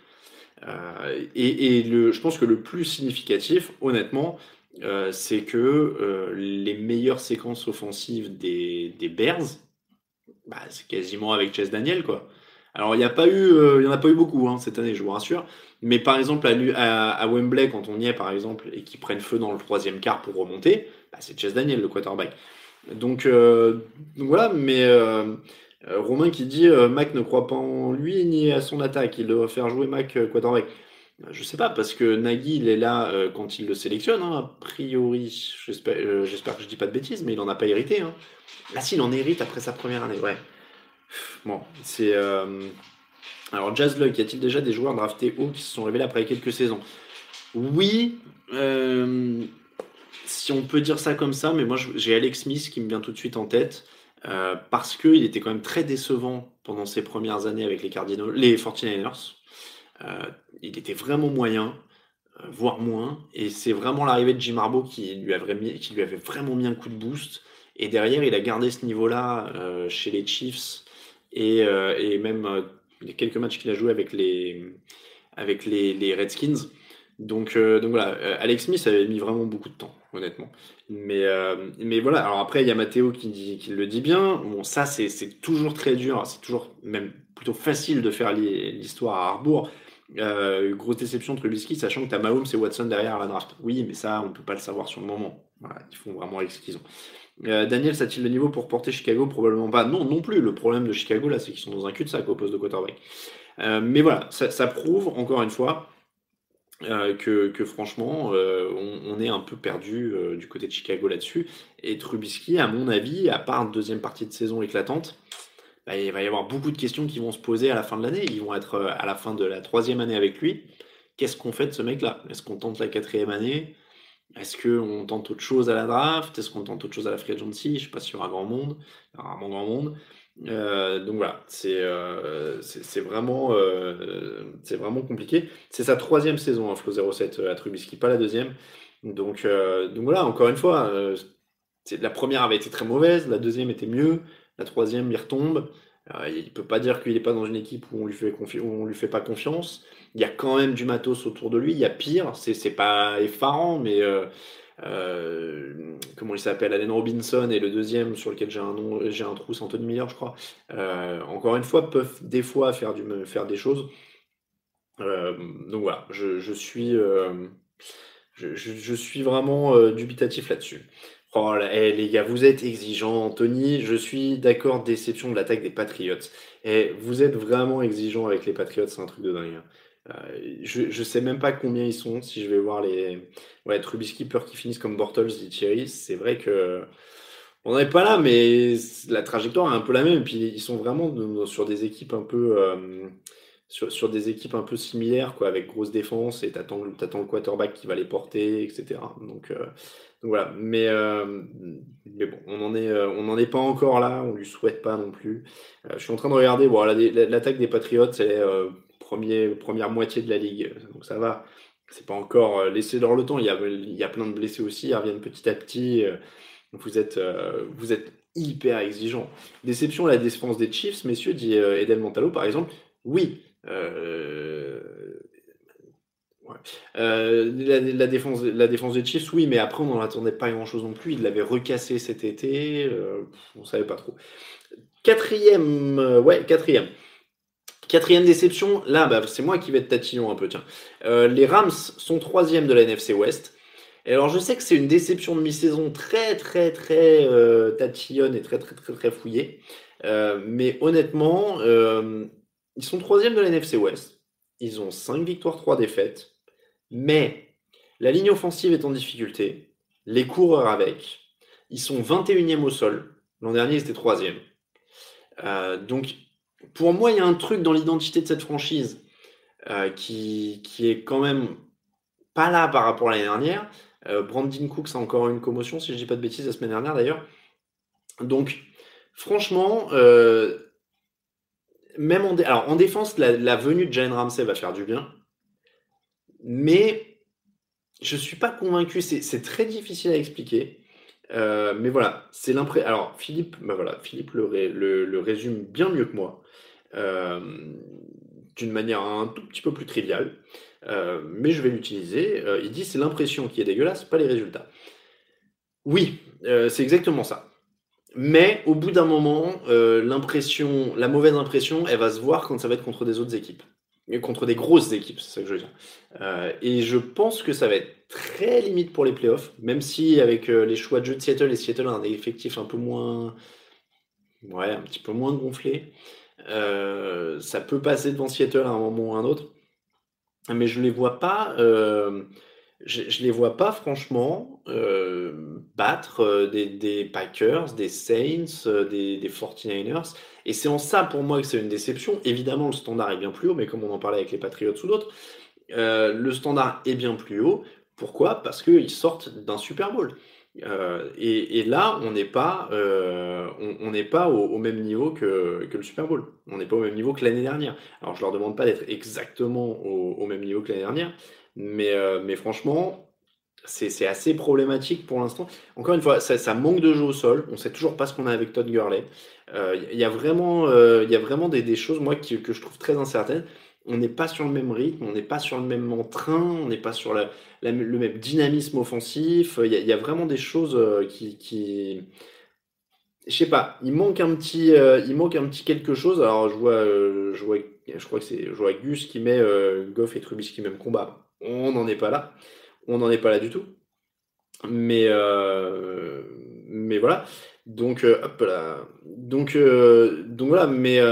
Je pense que le plus significatif, honnêtement, c'est que les meilleures séquences offensives des Bears, c'est quasiment avec Chase Daniel, quoi. Alors il y en a pas eu beaucoup hein, cette année, je vous rassure. Mais par exemple à Wembley, quand on y est par exemple et qu'ils prennent feu dans le troisième quart pour remonter, c'est Chase Daniel le quarterback. Donc voilà, mais Romain qui dit Mac ne croit pas en lui ni à son attaque, il doit faire jouer Mac quarterback. Je sais pas, parce que Nagy il est là quand il le sélectionne, hein, a priori, j'espère que je dis pas de bêtises, mais il en a pas hérité. Hein. Ah si, il en hérite après sa première année, ouais. Bon, c'est... Alors, Jazz Luck, y a-t-il déjà des joueurs draftés haut qui se sont révélés après quelques saisons? Oui, si on peut dire ça comme ça, mais moi j'ai Alex Smith qui me vient tout de suite en tête, parce qu'il était quand même très décevant pendant ses premières années avec les 49ers. Il était vraiment moyen, voire moins, et c'est vraiment l'arrivée de Jim Harbaugh qui lui avait vraiment mis un coup de boost, et derrière il a gardé ce niveau-là chez les Chiefs, et même les quelques matchs qu'il a joué avec les Redskins. Donc voilà, Alex Smith avait mis vraiment beaucoup de temps, honnêtement. Mais voilà, alors après il y a Matteo qui le dit bien. Bon, ça c'est toujours très dur, c'est toujours même plutôt facile de faire l'histoire à Harbour. Grosse déception de Trubisky, sachant que t'as Mahomes et Watson derrière à la draft. Oui, mais ça on peut pas le savoir sur le moment. Voilà, ils font vraiment avec ce qu'ils ont. Daniel, a-t-il le niveau pour porter Chicago? Probablement pas. Non plus. Le problème de Chicago, là, c'est qu'ils sont dans un cul-de-sac au poste de quarterback. Mais voilà, ça prouve, encore une fois, que franchement, on est un peu perdu du côté de Chicago là-dessus. Et Trubisky, à mon avis, à part une deuxième partie de saison éclatante, il va y avoir beaucoup de questions qui vont se poser à la fin de l'année. Ils vont être à la fin de la 3e année avec lui. Qu'est-ce qu'on fait de ce mec-là? Est-ce qu'on tente la 4e année? Est-ce qu'on tente autre chose à la draft? Est-ce qu'on tente autre chose à la free agency? Je ne sais pas s'il y aura grand monde. Il y aura vraiment grand monde. Donc voilà, c'est vraiment compliqué. C'est sa 3e saison, Flo 07 à Trubisky, pas la 2e. Donc voilà, encore une fois, la première avait été très mauvaise, la 2e était mieux, la 3e il retombe. Il peut pas dire qu'il n'est pas dans une équipe où on lui fait pas confiance. Il y a quand même du matos autour de lui. Il y a pire, c'est pas effarant, mais comment il s'appelle, Allen Robinson, et le deuxième sur lequel j'ai un trou, c'est Anthony Miller, je crois. Encore une fois, peuvent des fois faire des choses. Donc voilà, je suis vraiment dubitatif là-dessus. Oh là, les gars, vous êtes exigeants, Anthony. Je suis d'accord, déception de l'attaque des Patriots. Vous êtes vraiment exigeants avec les Patriots, c'est un truc de dingue. Je sais même pas combien ils sont. Si je vais voir Trubisky, peur qu'ils finissent comme Bortles, dit Thierry. C'est vrai que on n'est pas là, mais la trajectoire est un peu la même. Et puis ils sont vraiment sur des équipes un peu sur des équipes un peu similaires, quoi, avec grosse défense, et t'attends le quarterback qui va les porter, etc. Donc voilà, mais bon, on n'en est pas encore là, on lui souhaite pas non plus. Je suis en train de regarder, bon, l'attaque des Patriots, c'est première moitié de la ligue, donc ça va. C'est pas encore laissé leur le temps. Il y a plein de blessés aussi, ils reviennent petit à petit. Vous êtes hyper exigeants. Déception à la défense des Chiefs, messieurs, dit Edel Montalo par exemple. Oui. La défense des Chiefs, oui, mais après on n'en attendait pas grand chose non plus. Il l'avait recassé cet été, on savait pas trop. Quatrième déception, là c'est moi qui vais être tatillon un peu, tiens. Les Rams sont 3e de la NFC West. Et alors je sais que c'est une déception de mi-saison très très très tatillonne et très très très très fouillée, mais honnêtement ils sont 3e de la NFC West. Ils ont 5 victoires, 3 défaites. Mais la ligne offensive est en difficulté. Les coureurs avec. Ils sont 21e au sol. L'an dernier, ils étaient 3e. Donc, pour moi, il y a un truc dans l'identité de cette franchise qui est quand même pas là par rapport à l'année dernière. Brandon Cooks a encore une commotion, si je dis pas de bêtises, la semaine dernière d'ailleurs. Donc, franchement... même en défense, la venue de Jalen Ramsey va faire du bien, mais je suis pas convaincu. C'est très difficile à expliquer. Mais voilà, c'est l'impression. Alors, Philippe, bah voilà, Philippe le résume bien mieux que moi, euh, d'une manière un tout petit peu plus triviale, mais je vais l'utiliser. Il dit c'est l'impression qui est dégueulasse, pas les résultats. Oui, c'est exactement ça. Mais au bout d'un moment, la mauvaise impression, elle va se voir quand ça va être contre des autres équipes. Et contre des grosses équipes, c'est ça que je veux dire. Et je pense que ça va être très limite pour les playoffs, même si avec les choix de jeu de Seattle, et Seattle a un effectif un peu moins, ouais, un petit peu moins gonflé, ça peut passer devant Seattle à un moment ou à un autre. Mais je les vois pas, je les vois pas franchement battre des Packers, des Saints, des 49ers. Et c'est en ça pour moi que c'est une déception. Évidemment, le standard est bien plus haut, mais comme on en parlait avec les Patriots ou d'autres, le standard est bien plus haut. Pourquoi? Parce qu'ils sortent d'un Super Bowl. Et là, on n'est pas au même niveau que le Super Bowl. On n'est pas au même niveau que l'année dernière. Alors, je leur demande pas d'être exactement au même niveau que l'année dernière, mais franchement, c'est assez problématique pour l'instant. Encore une fois, ça manque de jeu au sol. On sait toujours pas ce qu'on a avec Todd Gurley. Il y a vraiment des choses, moi, que je trouve très incertaines. On n'est pas sur le même rythme, on n'est pas sur le même entrain, on n'est pas sur le même dynamisme offensif. Il y a vraiment des choses je sais pas, il manque un petit quelque chose. Alors je crois que je vois Gus qui met Goff et Trubisky même combat. On n'en est pas là, on n'en est pas là du tout. Mais mais voilà. Donc hop là. Donc voilà.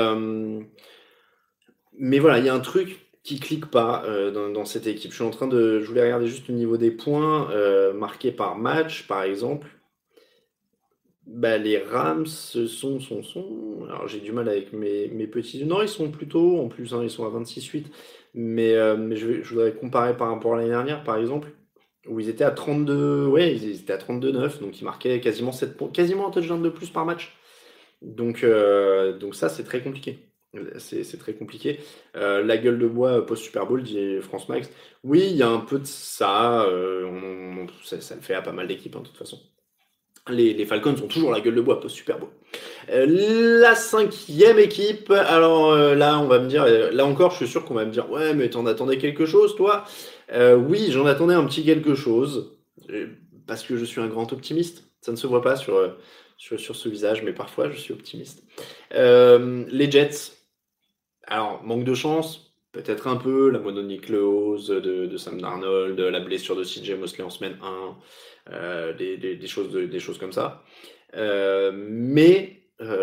Mais voilà, il y a un truc qui clique pas dans cette équipe. Je voulais regarder juste le niveau des points marqués par match, par exemple. Bah, les Rams Alors j'ai du mal avec mes petits. Non, ils sont plutôt. En plus, hein, ils sont à 26-8. Mais je voudrais comparer par rapport à l'année dernière, par exemple, où ils étaient à 32. Ouais, ils étaient à 32-9. Donc ils marquaient quasiment 7 points, quasiment un touchdown de plus par match. Donc ça, c'est très compliqué. C'est très compliqué. La gueule de bois post-Super Bowl, dit France Max. Oui, il y a un peu de ça. Ça le fait à pas mal d'équipes, hein, de toute façon. Les Falcons ont toujours la gueule de bois post-Super Bowl. La 5e équipe, alors là, on va me dire, là encore, je suis sûr qu'on va me dire, ouais, mais t'en attendais quelque chose, toi? Oui, j'en attendais un petit quelque chose, parce que je suis un grand optimiste. Ça ne se voit pas sur ce visage, mais parfois, je suis optimiste. Les Jets, alors, manque de chance, peut-être un peu, la mononucléose de Sam Darnold, la blessure de CJ Mosley en semaine 1, des choses comme ça. Mais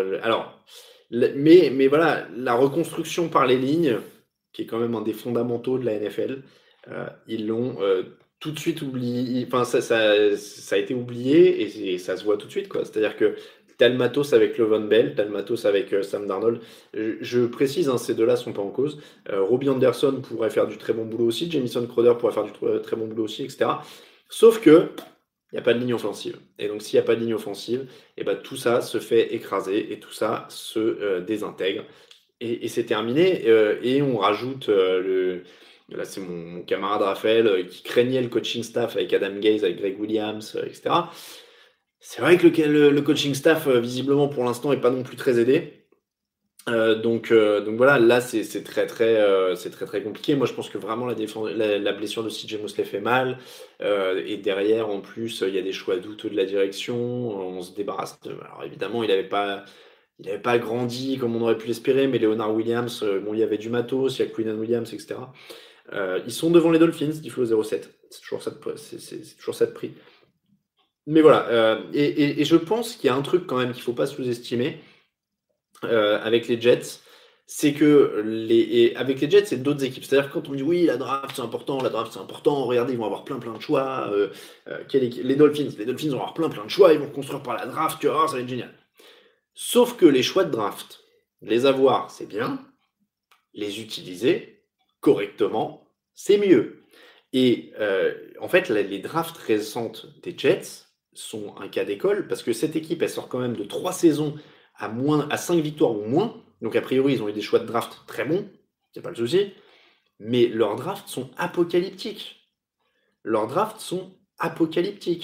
voilà, la reconstruction par les lignes, qui est quand même un des fondamentaux de la NFL, ils l'ont tout de suite oublié. Enfin, ça a été oublié et ça se voit tout de suite, quoi. C'est-à-dire que t'as le matos avec Le'Veon Bell, t'as le matos avec Sam Darnold. Je précise, hein, ces deux-là sont pas en cause. Robbie Anderson pourrait faire du très bon boulot aussi, Jamison Crowder pourrait faire du très bon boulot aussi, etc. Sauf que il n'y a pas de ligne offensive. Et donc, s'il n'y a pas de ligne offensive, et ben, tout ça se fait écraser et tout ça se désintègre. Et c'est terminé. Et on rajoute là, c'est mon camarade Raphaël qui craignait le coaching staff avec Adam Gase, avec Greg Williams, etc. C'est vrai que le coaching staff, visiblement, pour l'instant, n'est pas non plus très aidé. Donc voilà, là c'est très compliqué. Moi je pense que vraiment la blessure de CJ Mosley fait mal, et derrière en plus il y a des choix douteux de la direction. On se débarrasse alors évidemment il avait pas grandi comme on aurait pu l'espérer, mais Leonard Williams, bon il y avait du matos, il y a Quinnen Williams, etc. Ils sont devant les Dolphins, il faut 0-7. C'est toujours ça de prix. Mais voilà, et je pense qu'il y a un truc quand même qu'il faut pas sous-estimer. Avec les Jets, c'est que avec les Jets, c'est d'autres équipes. C'est-à-dire que quand on dit oui, la draft c'est important, regardez, ils vont avoir plein de choix. Les Dolphins vont avoir plein de choix, ils vont construire par la draft, tu vas voir, ça va être génial. Sauf que les choix de draft, les avoir, c'est bien, les utiliser correctement, c'est mieux. Et en fait, les drafts récentes des Jets sont un cas d'école, parce que cette équipe, elle sort quand même de 3 saisons à 5 victoires ou moins. Donc a priori, ils ont eu des choix de draft très bons, c'est pas le souci. Mais leurs drafts sont apocalyptiques.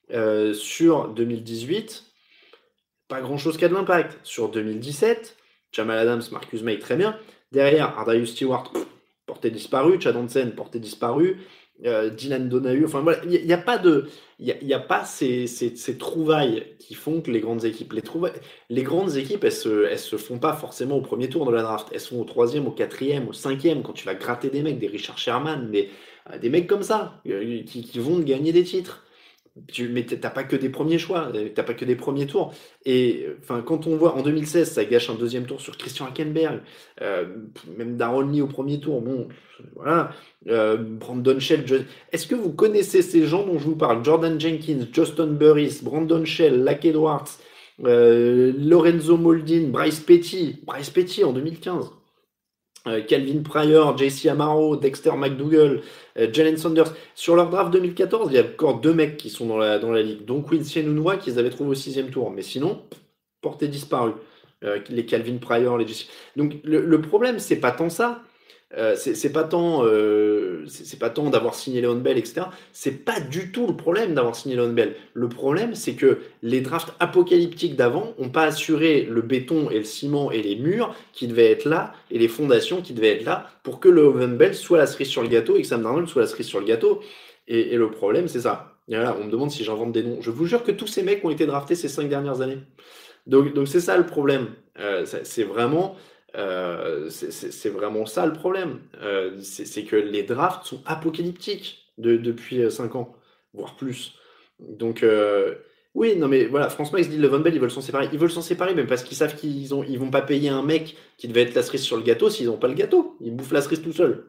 Sur 2018, pas grand-chose qui a de l'impact. Sur 2017, Jamal Adams, Marcus Maye, très bien. Derrière, Ardarius Stewart, portée disparue. Chad Hansen, portée disparue. Dylan Donahue, enfin voilà, il n'y a pas ces trouvailles qui font que les grandes équipes, les grandes équipes, elles se font pas forcément au premier tour de la draft, elles sont au 3e, au 4e, au 5e, quand tu vas gratter des mecs, des Richard Sherman, des mecs comme ça, qui vont te gagner des titres. Mais t'as pas que des premiers choix, t'as pas que des premiers tours. Et enfin, quand on voit en 2016, ça gâche un deuxième tour sur Christian Hackenberg, même Darren Lee au premier tour. Bon, voilà. Brandon Shell. Est-ce que vous connaissez ces gens dont je vous parle? Jordan Jenkins, Justin Burris, Brandon Shell, Lack Edwards, Lorenzo Moldin, Bryce Petty en 2015. Calvin Pryor, JC Amaro, Dexter McDougall, Jalen Saunders. Sur leur draft 2014, il y a encore 2 mecs qui sont dans la ligue, dont Quincy Enunwa qu'ils avaient trouvé au 6e tour. Mais sinon, portée disparue. Les Calvin Pryor, les JC. Donc le problème, c'est pas tant ça. C'est pas tant d'avoir signé Le'Veon Bell, etc. C'est pas du tout le problème d'avoir signé Le'Veon Bell. Le problème, c'est que les drafts apocalyptiques d'avant n'ont pas assuré le béton et le ciment et les murs qui devaient être là et les fondations qui devaient être là pour que Le'Veon Bell soit la cerise sur le gâteau et que Sam Darnold soit la cerise sur le gâteau. Et le problème, c'est ça. Et là, on me demande si j'invente des noms. Je vous jure que tous ces mecs ont été draftés ces 5 dernières années. Donc c'est ça le problème. C'est vraiment ça le problème. C'est que les drafts sont apocalyptiques depuis 5 ans, voire plus. Donc oui, non mais voilà, France Max dit Le'Veon Bell, ils veulent s'en séparer. Ils veulent s'en séparer même parce qu'ils savent ils vont pas payer un mec qui devait être la cerise sur le gâteau s'ils n'ont pas le gâteau. Ils bouffent la cerise tout seuls.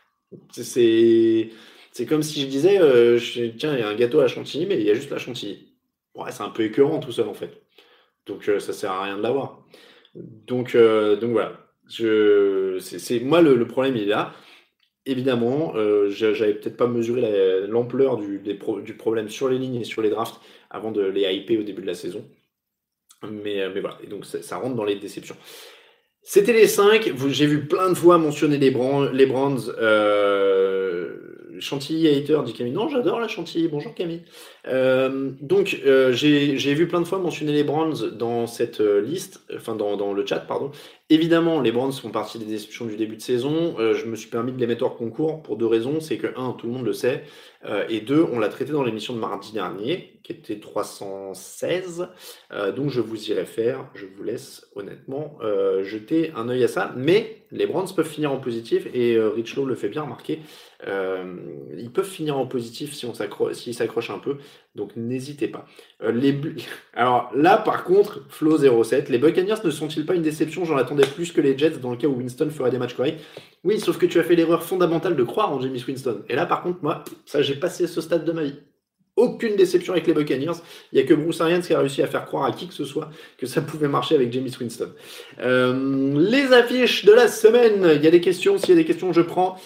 C'est comme si je disais tiens, il y a un gâteau à la chantilly, mais il y a juste la chantilly. Ouais, c'est un peu écœurant tout seul en fait. Donc ça sert à rien de l'avoir. Donc voilà. Moi le problème il est là. Évidemment, j'avais peut-être pas mesuré l'ampleur du problème sur les lignes et sur les drafts avant de les hyper au début de la saison. Mais voilà. Et donc ça rentre dans les déceptions. C'était les 5. J'ai vu plein de fois mentionner les Brands. Chantilly hater, dit Camille. Non, j'adore la Chantilly. Bonjour Camille. Donc j'ai vu plein de fois mentionner les Browns dans cette liste, enfin dans le chat, pardon. Évidemment, les Browns font partie des déceptions du début de saison. Je me suis permis de les mettre hors concours pour 2 raisons. C'est que 1, tout le monde le sait, et 2, on l'a traité dans l'émission de mardi dernier, qui était 316. Donc je vous y réfère. Je vous laisse honnêtement jeter un œil à ça. Mais les Browns peuvent finir en positif, et Richlow le fait bien remarquer. Ils peuvent finir en positif s'ils s'accrochent un peu, donc n'hésitez pas. Alors là par contre, Flo 07, les Buccaneers ne sont-ils pas une déception? J'en attendais plus que les Jets dans le cas où Winston ferait des matchs corrects. Oui, sauf que tu as fait l'erreur fondamentale de croire en Jameis Winston. Et là par contre, moi, ça j'ai passé ce stade de ma vie. Aucune déception avec les Buccaneers. Il n'y a que Bruce Arians qui a réussi à faire croire à qui que ce soit que ça pouvait marcher avec Jameis Winston. Les affiches de la semaine. Il y a des questions. S'il y a des questions, je prends.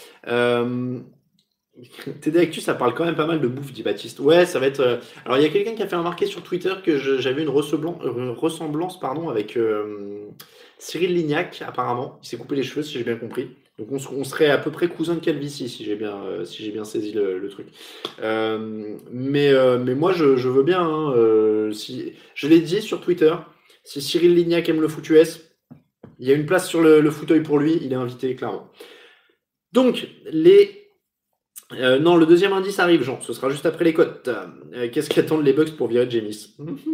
TD Actu, ça parle quand même pas mal de bouffe, dit Baptiste. Ouais, ça va être... Alors, il y a quelqu'un qui a fait remarquer sur Twitter que j'avais une ressemblance avec Cyril Lignac, apparemment. Il s'est coupé les cheveux, si j'ai bien compris. Donc on serait à peu près cousin de calvitie, si j'ai bien saisi le truc. Mais moi je veux bien. Si je l'ai dit sur Twitter, si Cyril Lignac aime le foot US, il y a une place sur le fauteuil pour lui. Il est invité clairement. Donc non, le deuxième indice arrive, Jean. Ce sera juste après les cotes. Qu'est-ce qu'attendent les Bucks pour virer Jameis?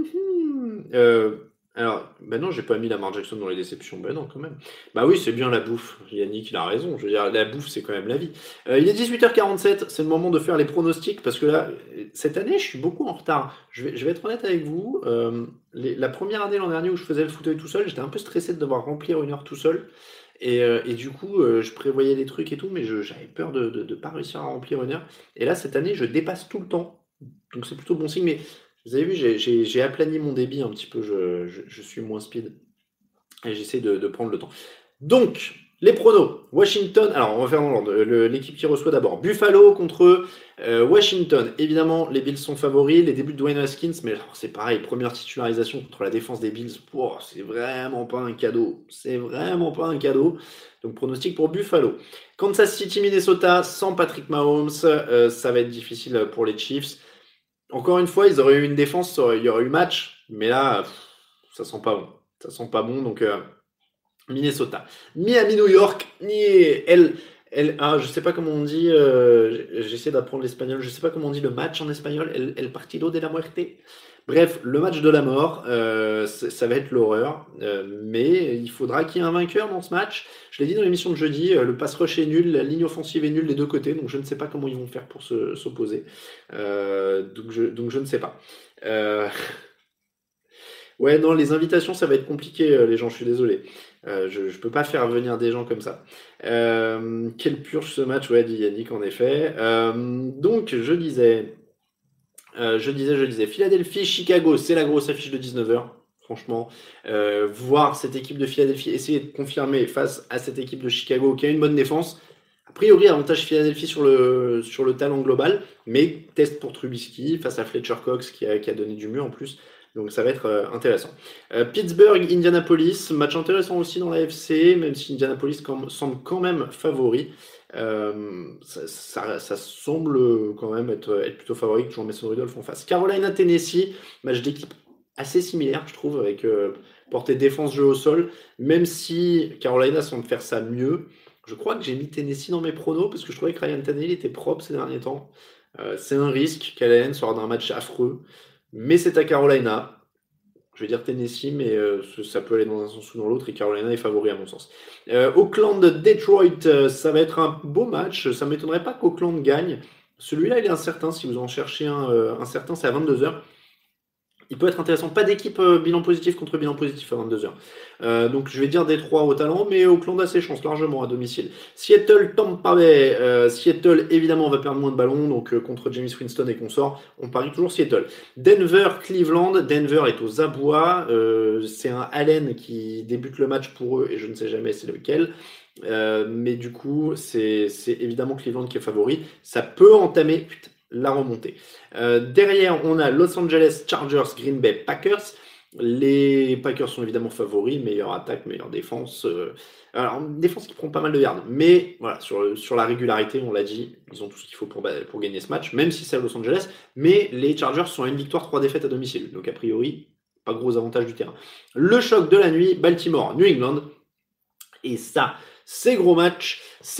Alors, non, j'ai pas mis Lamar Jackson dans les déceptions. Non, quand même. Bah oui, c'est bien la bouffe. Yannick, il a raison. Je veux dire, la bouffe, c'est quand même la vie. Il est 18h47. C'est le moment de faire les pronostics parce que là, cette année, je suis beaucoup en retard. Je vais être honnête avec vous. La première année l'an dernier où je faisais le fauteuil tout seul, j'étais un peu stressé de devoir remplir une heure tout seul. Et du coup, je prévoyais des trucs et tout, mais j'avais peur de pas réussir à remplir une heure. Et là, cette année, je dépasse tout le temps. Donc, c'est plutôt bon signe. Mais vous avez vu, j'ai aplani mon débit un petit peu. Je suis moins speed. Et j'essaie de prendre le temps. Donc, les pronos. Washington. Alors, on va faire dans l'ordre. L'équipe qui reçoit d'abord Buffalo contre Washington. Évidemment, les Bills sont favoris. Les débuts de Dwayne Haskins, mais c'est pareil. Première titularisation contre la défense des Bills. C'est vraiment pas un cadeau. C'est vraiment pas un cadeau. Donc, pronostic pour Buffalo. Kansas City, Minnesota, sans Patrick Mahomes. Ça va être difficile pour les Chiefs. Encore une fois, ils auraient eu une défense, il y aurait eu match, mais là, ça sent pas bon. Ça sent pas bon, donc Minnesota. Miami, New York, je sais pas comment on dit, j'essaie d'apprendre l'espagnol, je sais pas comment on dit le match en espagnol, el partido de la muerte. Bref, le match de la mort, ça va être l'horreur, mais il faudra qu'il y ait un vainqueur dans ce match. Je l'ai dit dans l'émission de jeudi, le pass rush est nul, la ligne offensive est nulle des deux côtés, donc je ne sais pas comment ils vont faire pour s'opposer. Donc je ne sais pas. Ouais, non, les invitations, ça va être compliqué, les gens, je suis désolé. Je peux pas faire venir des gens comme ça. Quelle purge ce match, ouais, dit Yannick, en effet. Donc, je disais, Philadelphie, Chicago, c'est la grosse affiche de 19h. Franchement, voir cette équipe de Philadelphie essayer de confirmer face à cette équipe de Chicago qui a une bonne défense. A priori, avantage Philadelphie sur le talent global, mais test pour Trubisky face à Fletcher Cox qui a donné du mieux en plus. Donc ça va être intéressant. Pittsburgh, Indianapolis, match intéressant aussi dans la FC, même si Indianapolis semble quand même favori. Ça semble quand même être plutôt favori que Jean Mason Rudolph en face. Carolina, Tennessee, match d'équipe assez similaire, je trouve, avec portée défense, jeu au sol. Même si Carolina semble faire ça mieux, je crois que j'ai mis Tennessee dans mes pronos parce que je trouvais que Ryan Tannehill était propre ces derniers temps. C'est un risque qu'Allen sort d'un match affreux. Mais c'est à Carolina. Je vais dire Tennessee, mais ça peut aller dans un sens ou dans l'autre. Et Carolina est favori à mon sens. Oakland, Detroit, ça va être un beau match. Ça ne m'étonnerait pas qu'Oakland gagne. Celui-là, il est incertain. Si vous en cherchez un certain, c'est à 22h. Il peut être intéressant. Pas d'équipe bilan positif contre bilan positif à 22h. Donc je vais dire Détroit au talent, mais Oakland a ses chances largement à domicile. Seattle, Tampa Bay. Seattle, évidemment, on va perdre moins de ballons, donc contre Jameis Winston et consorts, on parie toujours Seattle. Denver, Cleveland. Denver est aux abois. C'est un Allen qui débute le match pour eux et je ne sais jamais c'est lequel. Mais du coup, c'est évidemment Cleveland qui est favori. Ça peut entamer la remontée. Derrière, on a Los Angeles Chargers, Green Bay Packers. Les Packers sont évidemment favoris, meilleure attaque, meilleure défense. Alors, une défense qui prend pas mal de yards, mais voilà, sur la régularité, on l'a dit, ils ont tout ce qu'il faut pour gagner ce match, même si c'est à Los Angeles. Mais les Chargers sont à une victoire, 3 défaites à domicile, donc a priori, pas gros avantage du terrain. Le choc de la nuit, Baltimore, New England. Et ça, c'est gros match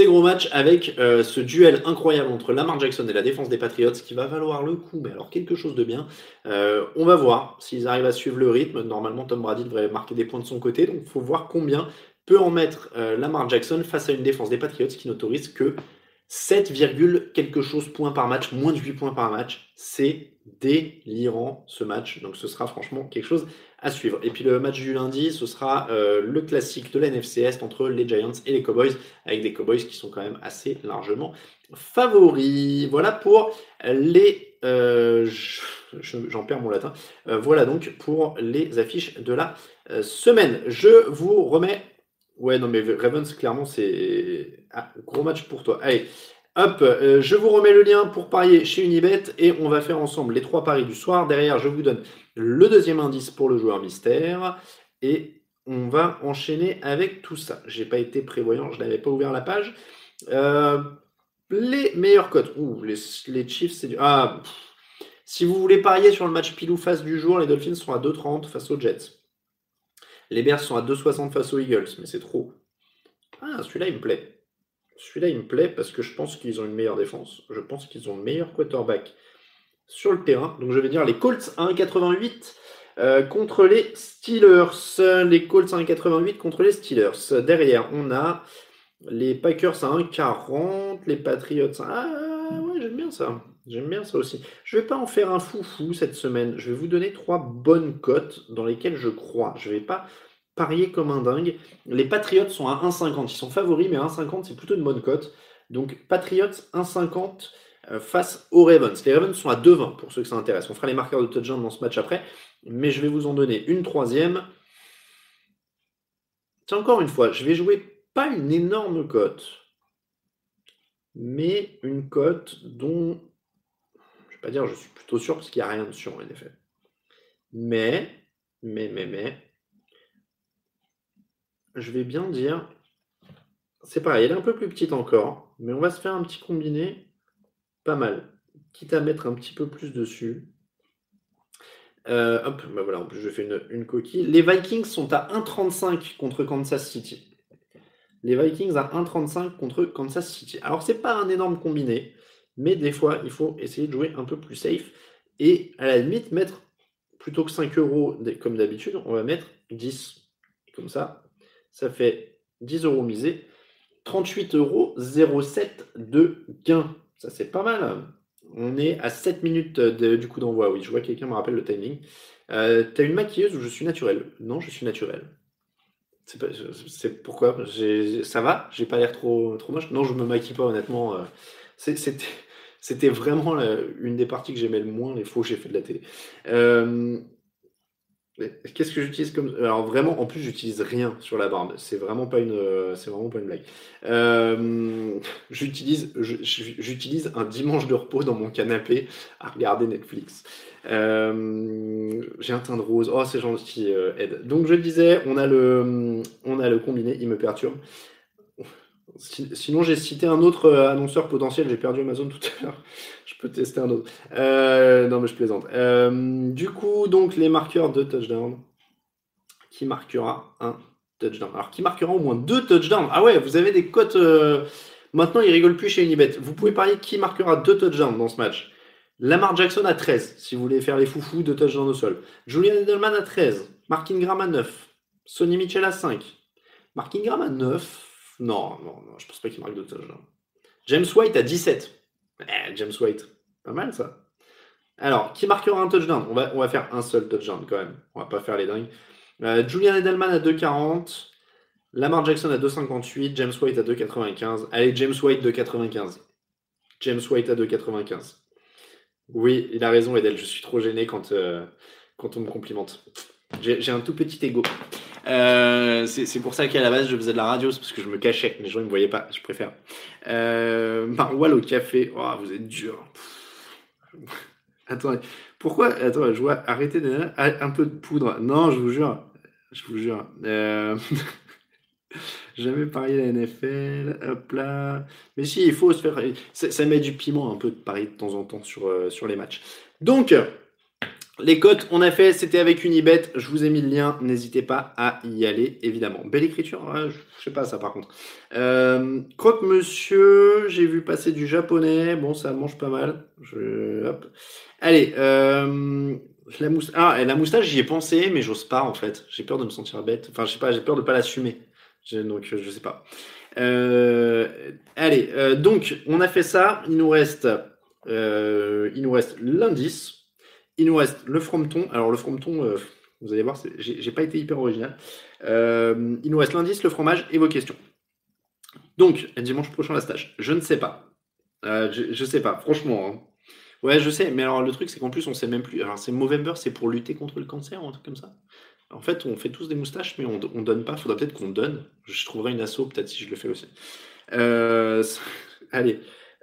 avec ce duel incroyable entre Lamar Jackson et la défense des Patriots qui va valoir le coup, mais alors quelque chose de bien. On va voir s'ils arrivent à suivre le rythme. Normalement, Tom Brady devrait marquer des points de son côté, donc il faut voir combien peut en mettre Lamar Jackson face à une défense des Patriots qui n'autorise que 7, quelque chose points par match, moins de 8 points par match. C'est délirant ce match, donc ce sera franchement quelque chose à suivre. Et puis le match du lundi, ce sera le classique de la NFC Est entre les Giants et les Cowboys, avec des Cowboys qui sont quand même assez largement favoris. Voilà pour les... j'en perds mon latin. Voilà donc pour les affiches de la semaine. Je vous remets... Ouais, non mais Ravens, clairement, c'est... gros match pour toi. Allez, hop, je vous remets le lien pour parier chez Unibet et on va faire ensemble les 3 paris du soir. Derrière, je vous donne le deuxième indice pour le joueur mystère et on va enchaîner avec tout ça. J'ai pas été prévoyant, je n'avais pas ouvert la page. Les meilleures cotes. Les Chiefs, c'est du... Si vous voulez parier sur le match pile ou face du jour, les Dolphins sont à 2,30 face aux Jets. Les Bears sont à 2,60 face aux Eagles, mais c'est trop. Celui-là, il me plaît. Celui-là, il me plaît parce que je pense qu'ils ont une meilleure défense. Je pense qu'ils ont le meilleur quarterback sur le terrain. Donc, je vais dire les Colts à 1,88 contre les Steelers. Les Colts à 1,88 contre les Steelers. Derrière, on a les Packers à 1,40. Les Patriots à... ouais, j'aime bien ça. J'aime bien ça aussi. Je ne vais pas en faire un foufou cette semaine. Je vais vous donner 3 bonnes cotes dans lesquelles je crois. Je ne vais pas parier comme un dingue. Les Patriots sont à 1,50. Ils sont favoris, mais 1,50, c'est plutôt une bonne cote. Donc, Patriots 1,50 face aux Ravens. Les Ravens sont à 2,20 pour ceux que ça intéresse. On fera les marqueurs de touchdown dans ce match après. Mais je vais vous en donner une troisième. Tiens, encore une fois, je vais jouer pas une énorme cote, mais une cote dont... pas dire je suis plutôt sûr parce qu'il n'y a rien de sûr en effet. Mais, je vais bien dire, c'est pareil, elle est un peu plus petite encore, mais on va se faire un petit combiné pas mal. Quitte à mettre un petit peu plus dessus, Hop, bah voilà, en plus je fais une coquille. Les Vikings sont à 1,35 contre Kansas City. Les Vikings à 1,35 contre Kansas City. Alors, c'est pas un énorme combiné, mais des fois, il faut essayer de jouer un peu plus safe. Et à la limite, mettre, plutôt que 5 euros comme d'habitude, on va mettre 10. Comme ça fait 10 euros misés. 38,07 euros de gain. Ça, c'est pas mal. On est à 7 minutes du coup d'envoi. Oui, je vois que quelqu'un me rappelle le timing. T'as une maquilleuse ou je suis naturel? Non, je suis naturel. C'est pourquoi? Ça va? J'ai pas l'air trop moche? Non, je me maquille pas honnêtement. C'était vraiment une des parties que j'aimais le moins, les fois où j'ai fait de la télé. Qu'est-ce que j'utilise comme... Alors vraiment, en plus, j'utilise rien sur la barbe. C'est vraiment pas une blague. J'utilise un dimanche de repos dans mon canapé à regarder Netflix. J'ai un teint de rose. Oh, c'est gentil, Ed. Donc, je le disais, on a le combiné. Il me perturbe. Sinon, j'ai cité un autre annonceur potentiel. J'ai perdu Amazon tout à l'heure. Je peux tester un autre. Non, mais je plaisante. Du coup, donc, les marqueurs de touchdown. Qui marquera un touchdown? Alors, qui marquera au moins 2 touchdowns? Ah ouais, vous avez des cotes... Maintenant, ils rigolent plus chez Unibet. Vous pouvez parier qui marquera 2 touchdowns dans ce match. Lamar Jackson à 13, si vous voulez faire les foufous, 2 touchdowns au sol. Julian Edelman à 13. Mark Ingram à 9. Sonny Mitchell à 5. Mark Ingram à 9. Non, je pense pas qu'il marque 2 touchdowns. James White à 17. James White, pas mal ça. Alors, qui marquera un touchdown? On va faire un seul touchdown quand même. On va pas faire les dingues. Julian Edelman à 2,40. Lamar Jackson à 2,58. James White à 2,95. Allez, James White 2,95. James White à 2,95. Oui, il a raison, Edel. Je suis trop gêné quand on me complimente. J'ai un tout petit ego. C'est pour ça qu'à la base je faisais de la radio, c'est parce que je me cachais, les gens ne me voyaient pas, je préfère. Maroual au café, oh, vous êtes dur. Attendez, pourquoi? Attends, je vois, arrêtez de... Un peu de poudre. Non, je vous jure. Jamais parié la NFL, hop là. Mais si, il faut se faire... Ça met du piment un peu de parier de temps en temps sur les matchs. Donc... Les cotes, on a fait, c'était avec Unibet. Je vous ai mis le lien, n'hésitez pas à y aller, évidemment. Belle écriture, ouais, je sais pas ça par contre. Croque-monsieur, j'ai vu passer du japonais. Bon, ça mange pas mal. Hop. Allez, la moustache, j'y ai pensé, mais j'ose pas en fait. J'ai peur de me sentir bête. Enfin, je sais pas, j'ai peur de pas l'assumer. Donc, je sais pas. Allez, donc, on a fait ça. Il nous reste l'indice. Il nous reste le frometon. Alors, le frometon, vous allez voir, j'ai pas été hyper original. Il nous reste l'indice, le fromage et vos questions. Donc, dimanche prochain, la stage. Je ne sais pas. Je sais pas, franchement. Hein. Ouais, je sais. Mais alors, le truc, c'est qu'en plus, on sait même plus. Alors, c'est Movember, c'est pour lutter contre le cancer ou un truc comme ça. En fait, on fait tous des moustaches, mais on donne pas. Faudra peut-être qu'on donne. Je trouverai une asso, peut-être, si je le fais aussi. Allez.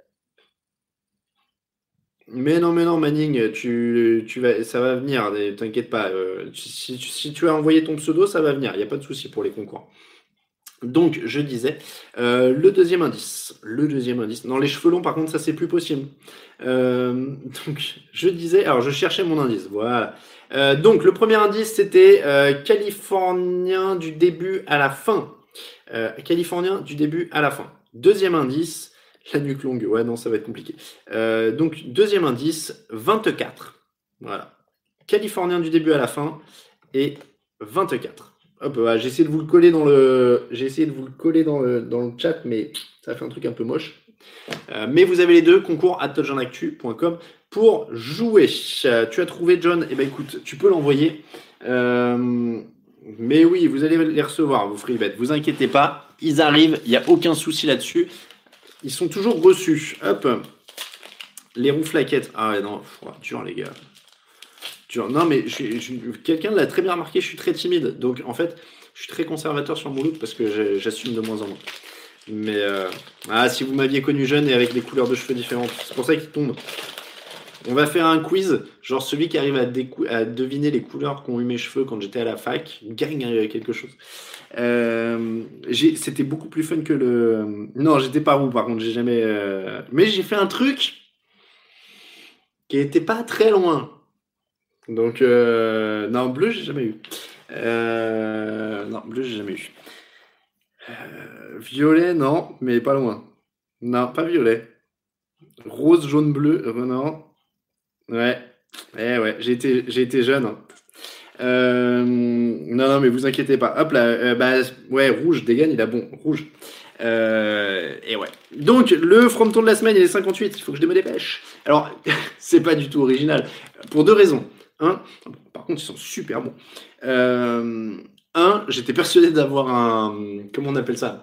Mais non, Manning, tu vas, ça va venir, t'inquiète pas. Si tu as envoyé ton pseudo, ça va venir, il n'y a pas de souci pour les concours. Donc, je disais, le deuxième indice. Non, les cheveux longs, par contre, ça, c'est plus possible. Donc, je disais, alors, je cherchais mon indice, voilà. Donc, le premier indice, c'était californien du début à la fin. Californien du début à la fin. Deuxième indice, la nuque longue, ouais, non, ça va être compliqué. Donc, deuxième indice, 24. Voilà. Californien du début à la fin et 24. Hop, ouais, j'ai essayé de vous le coller dans le chat, mais ça fait un truc un peu moche. Mais vous avez les deux, concours@touchdownactu.com pour jouer. Tu as trouvé, John? Eh ben, écoute, tu peux l'envoyer. Mais oui, vous allez les recevoir, vos free bets. Vous inquiétez pas, ils arrivent, il n'y a aucun souci là-dessus. Ils sont toujours reçus. Hop. Les rouflaquettes. Ah ouais, non, dur les gars. Dur. Non, mais quelqu'un l'a très bien remarqué, je suis très timide. Donc, en fait, je suis très conservateur sur mon look parce que j'assume de moins en moins. Mais, si vous m'aviez connu jeune et avec des couleurs de cheveux différentes, c'est pour ça qu'il tombe. On va faire un quiz, genre celui qui arrive à deviner les couleurs qu'ont eu mes cheveux quand j'étais à la fac, gagne quelque chose. C'était beaucoup plus fun que le... Non, j'étais pas roux par contre, j'ai jamais... Mais j'ai fait un truc qui était pas très loin. Donc, non, bleu, j'ai jamais eu. Non, bleu, j'ai jamais eu. Violet, non, mais pas loin. Non, pas violet. Rose, jaune, bleu, non. Ouais, ouais, j'ai été jeune. Hein. Non, mais vous inquiétez pas. Hop là, ouais, rouge, Degan, il a bon, rouge. Et ouais. Donc, le Frometon de la semaine, il est 58. Il faut que je me dépêche. Alors, c'est pas du tout original. Pour 2 raisons. Par contre, ils sont super bons. J'étais persuadé d'avoir un... Comment on appelle ça ?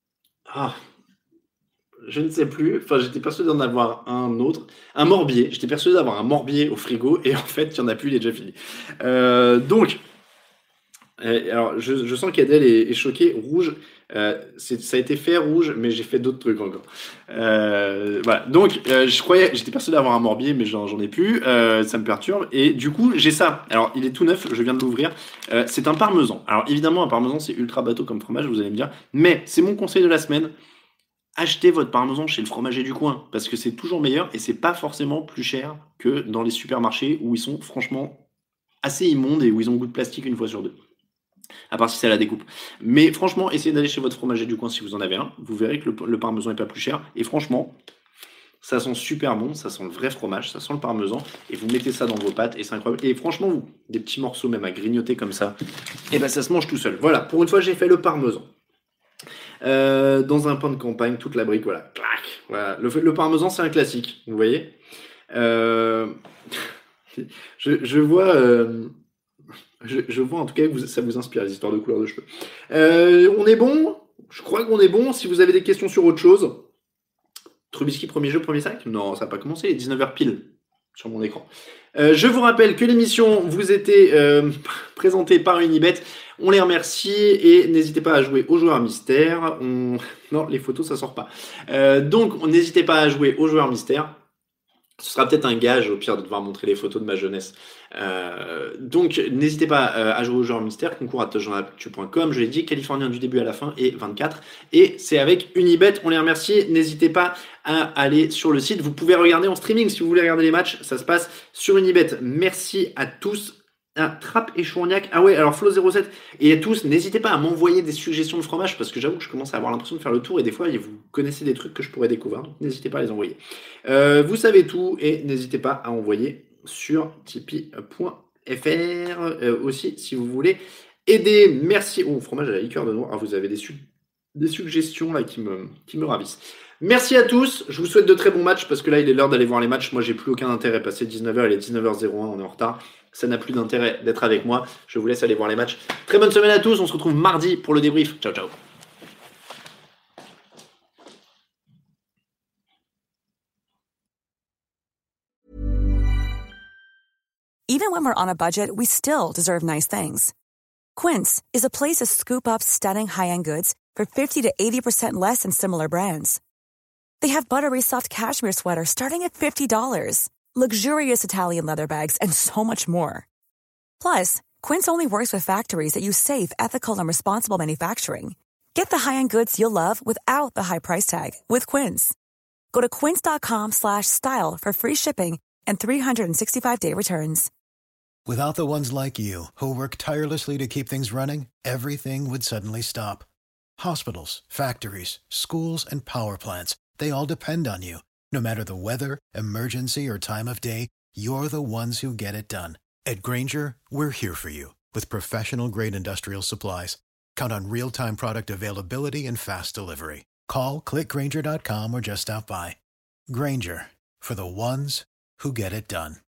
Je ne sais plus. Enfin, j'étais persuadé d'en avoir un autre. Un morbier. J'étais persuadé d'avoir un morbier au frigo. Et en fait, il n'y en a plus, il est déjà fini. Donc... alors, je sens qu'Adèle est choquée. Rouge, ça a été fait rouge, mais j'ai fait d'autres trucs encore. Voilà. Donc, j'étais persuadé d'avoir un morbier, mais j'en ai plus. Ça me perturbe. Et du coup, j'ai ça. Alors, il est tout neuf. Je viens de l'ouvrir. C'est un parmesan. Alors, évidemment, un parmesan, c'est ultra bateau comme fromage, vous allez me dire. Mais c'est mon conseil de la semaine. Achetez votre parmesan chez le fromager du coin, parce que c'est toujours meilleur et c'est pas forcément plus cher que dans les supermarchés où ils sont franchement assez immondes et où ils ont goût de plastique une fois sur 2. À part si c'est à la découpe. Mais franchement, essayez d'aller chez votre fromager du coin si vous en avez un. Vous verrez que le parmesan est pas plus cher. Et franchement, ça sent super bon. Ça sent le vrai fromage. Ça sent le parmesan. Et vous mettez ça dans vos pâtes et c'est incroyable. Et franchement, des petits morceaux même à grignoter comme ça. Et ben ça se mange tout seul. Voilà. Pour une fois, j'ai fait le parmesan. Dans un pain de campagne, toute la brique. Voilà. Clac. Voilà. Le parmesan, c'est un classique. Vous voyez. Je vois... Je vois en tout cas que ça vous inspire, les histoires de couleurs de cheveux. On est bon ? Je crois qu'on est bon. Si vous avez des questions sur autre chose. Trubisky, premier jeu, premier sac ? Non, ça n'a pas commencé. Il est 19h pile sur mon écran. Je vous rappelle que l'émission vous était présentée par Unibet. On les remercie et n'hésitez pas à jouer aux joueurs mystères. Non, les photos, ça sort pas. Donc, n'hésitez pas à jouer aux joueurs mystères. Ce sera peut-être un gage, au pire, de devoir montrer les photos de ma jeunesse. Donc, n'hésitez pas à jouer aux joueurs mystères, concours à touchdownactu.com. Je l'ai dit, Californien du début à la fin et 24. Et c'est avec Unibet, on les remercie. N'hésitez pas à aller sur le site. Vous pouvez regarder en streaming si vous voulez regarder les matchs. Ça se passe sur Unibet. Merci à tous. Trappe et Chourniac. Ah ouais, alors Flo07 et à tous, n'hésitez pas à m'envoyer des suggestions de fromage parce que j'avoue que je commence à avoir l'impression de faire le tour et des fois vous connaissez des trucs que je pourrais découvrir. Donc n'hésitez pas à les envoyer. Vous savez tout et n'hésitez pas à envoyer sur tipeee.fr aussi si vous voulez aider. Merci. Oh, fromage à la liqueur de noix. Ah, vous avez des suggestions là qui me ravissent. Merci à tous. Je vous souhaite de très bons matchs parce que là il est l'heure d'aller voir les matchs. Moi j'ai plus aucun intérêt. Passé 19h, il est 19h01, on est en retard. Ça n'a plus d'intérêt d'être avec moi. Je vous laisse aller voir les matchs. Très bonne semaine à tous. On se retrouve mardi pour le débrief. Ciao, ciao. Even when we're on a budget, we still deserve nice things. Quince is a place to scoop up stunning high-end goods for 50 to 80% less than similar brands. They have buttery soft cashmere sweaters starting at $50, luxurious Italian leather bags, and so much more. Plus, Quince only works with factories that use safe, ethical, and responsible manufacturing. Get the high-end goods you'll love without the high price tag with Quince. Go to quince.com/style for free shipping and 365-day returns. Without the ones like you, who work tirelessly to keep things running, everything would suddenly stop. Hospitals, factories, schools, and power plants, they all depend on you. No matter the weather, emergency, or time of day, you're the ones who get it done. At Grainger, we're here for you with professional-grade industrial supplies. Count on real-time product availability and fast delivery. Call, click Grainger.com, or just stop by. Grainger, for the ones who get it done.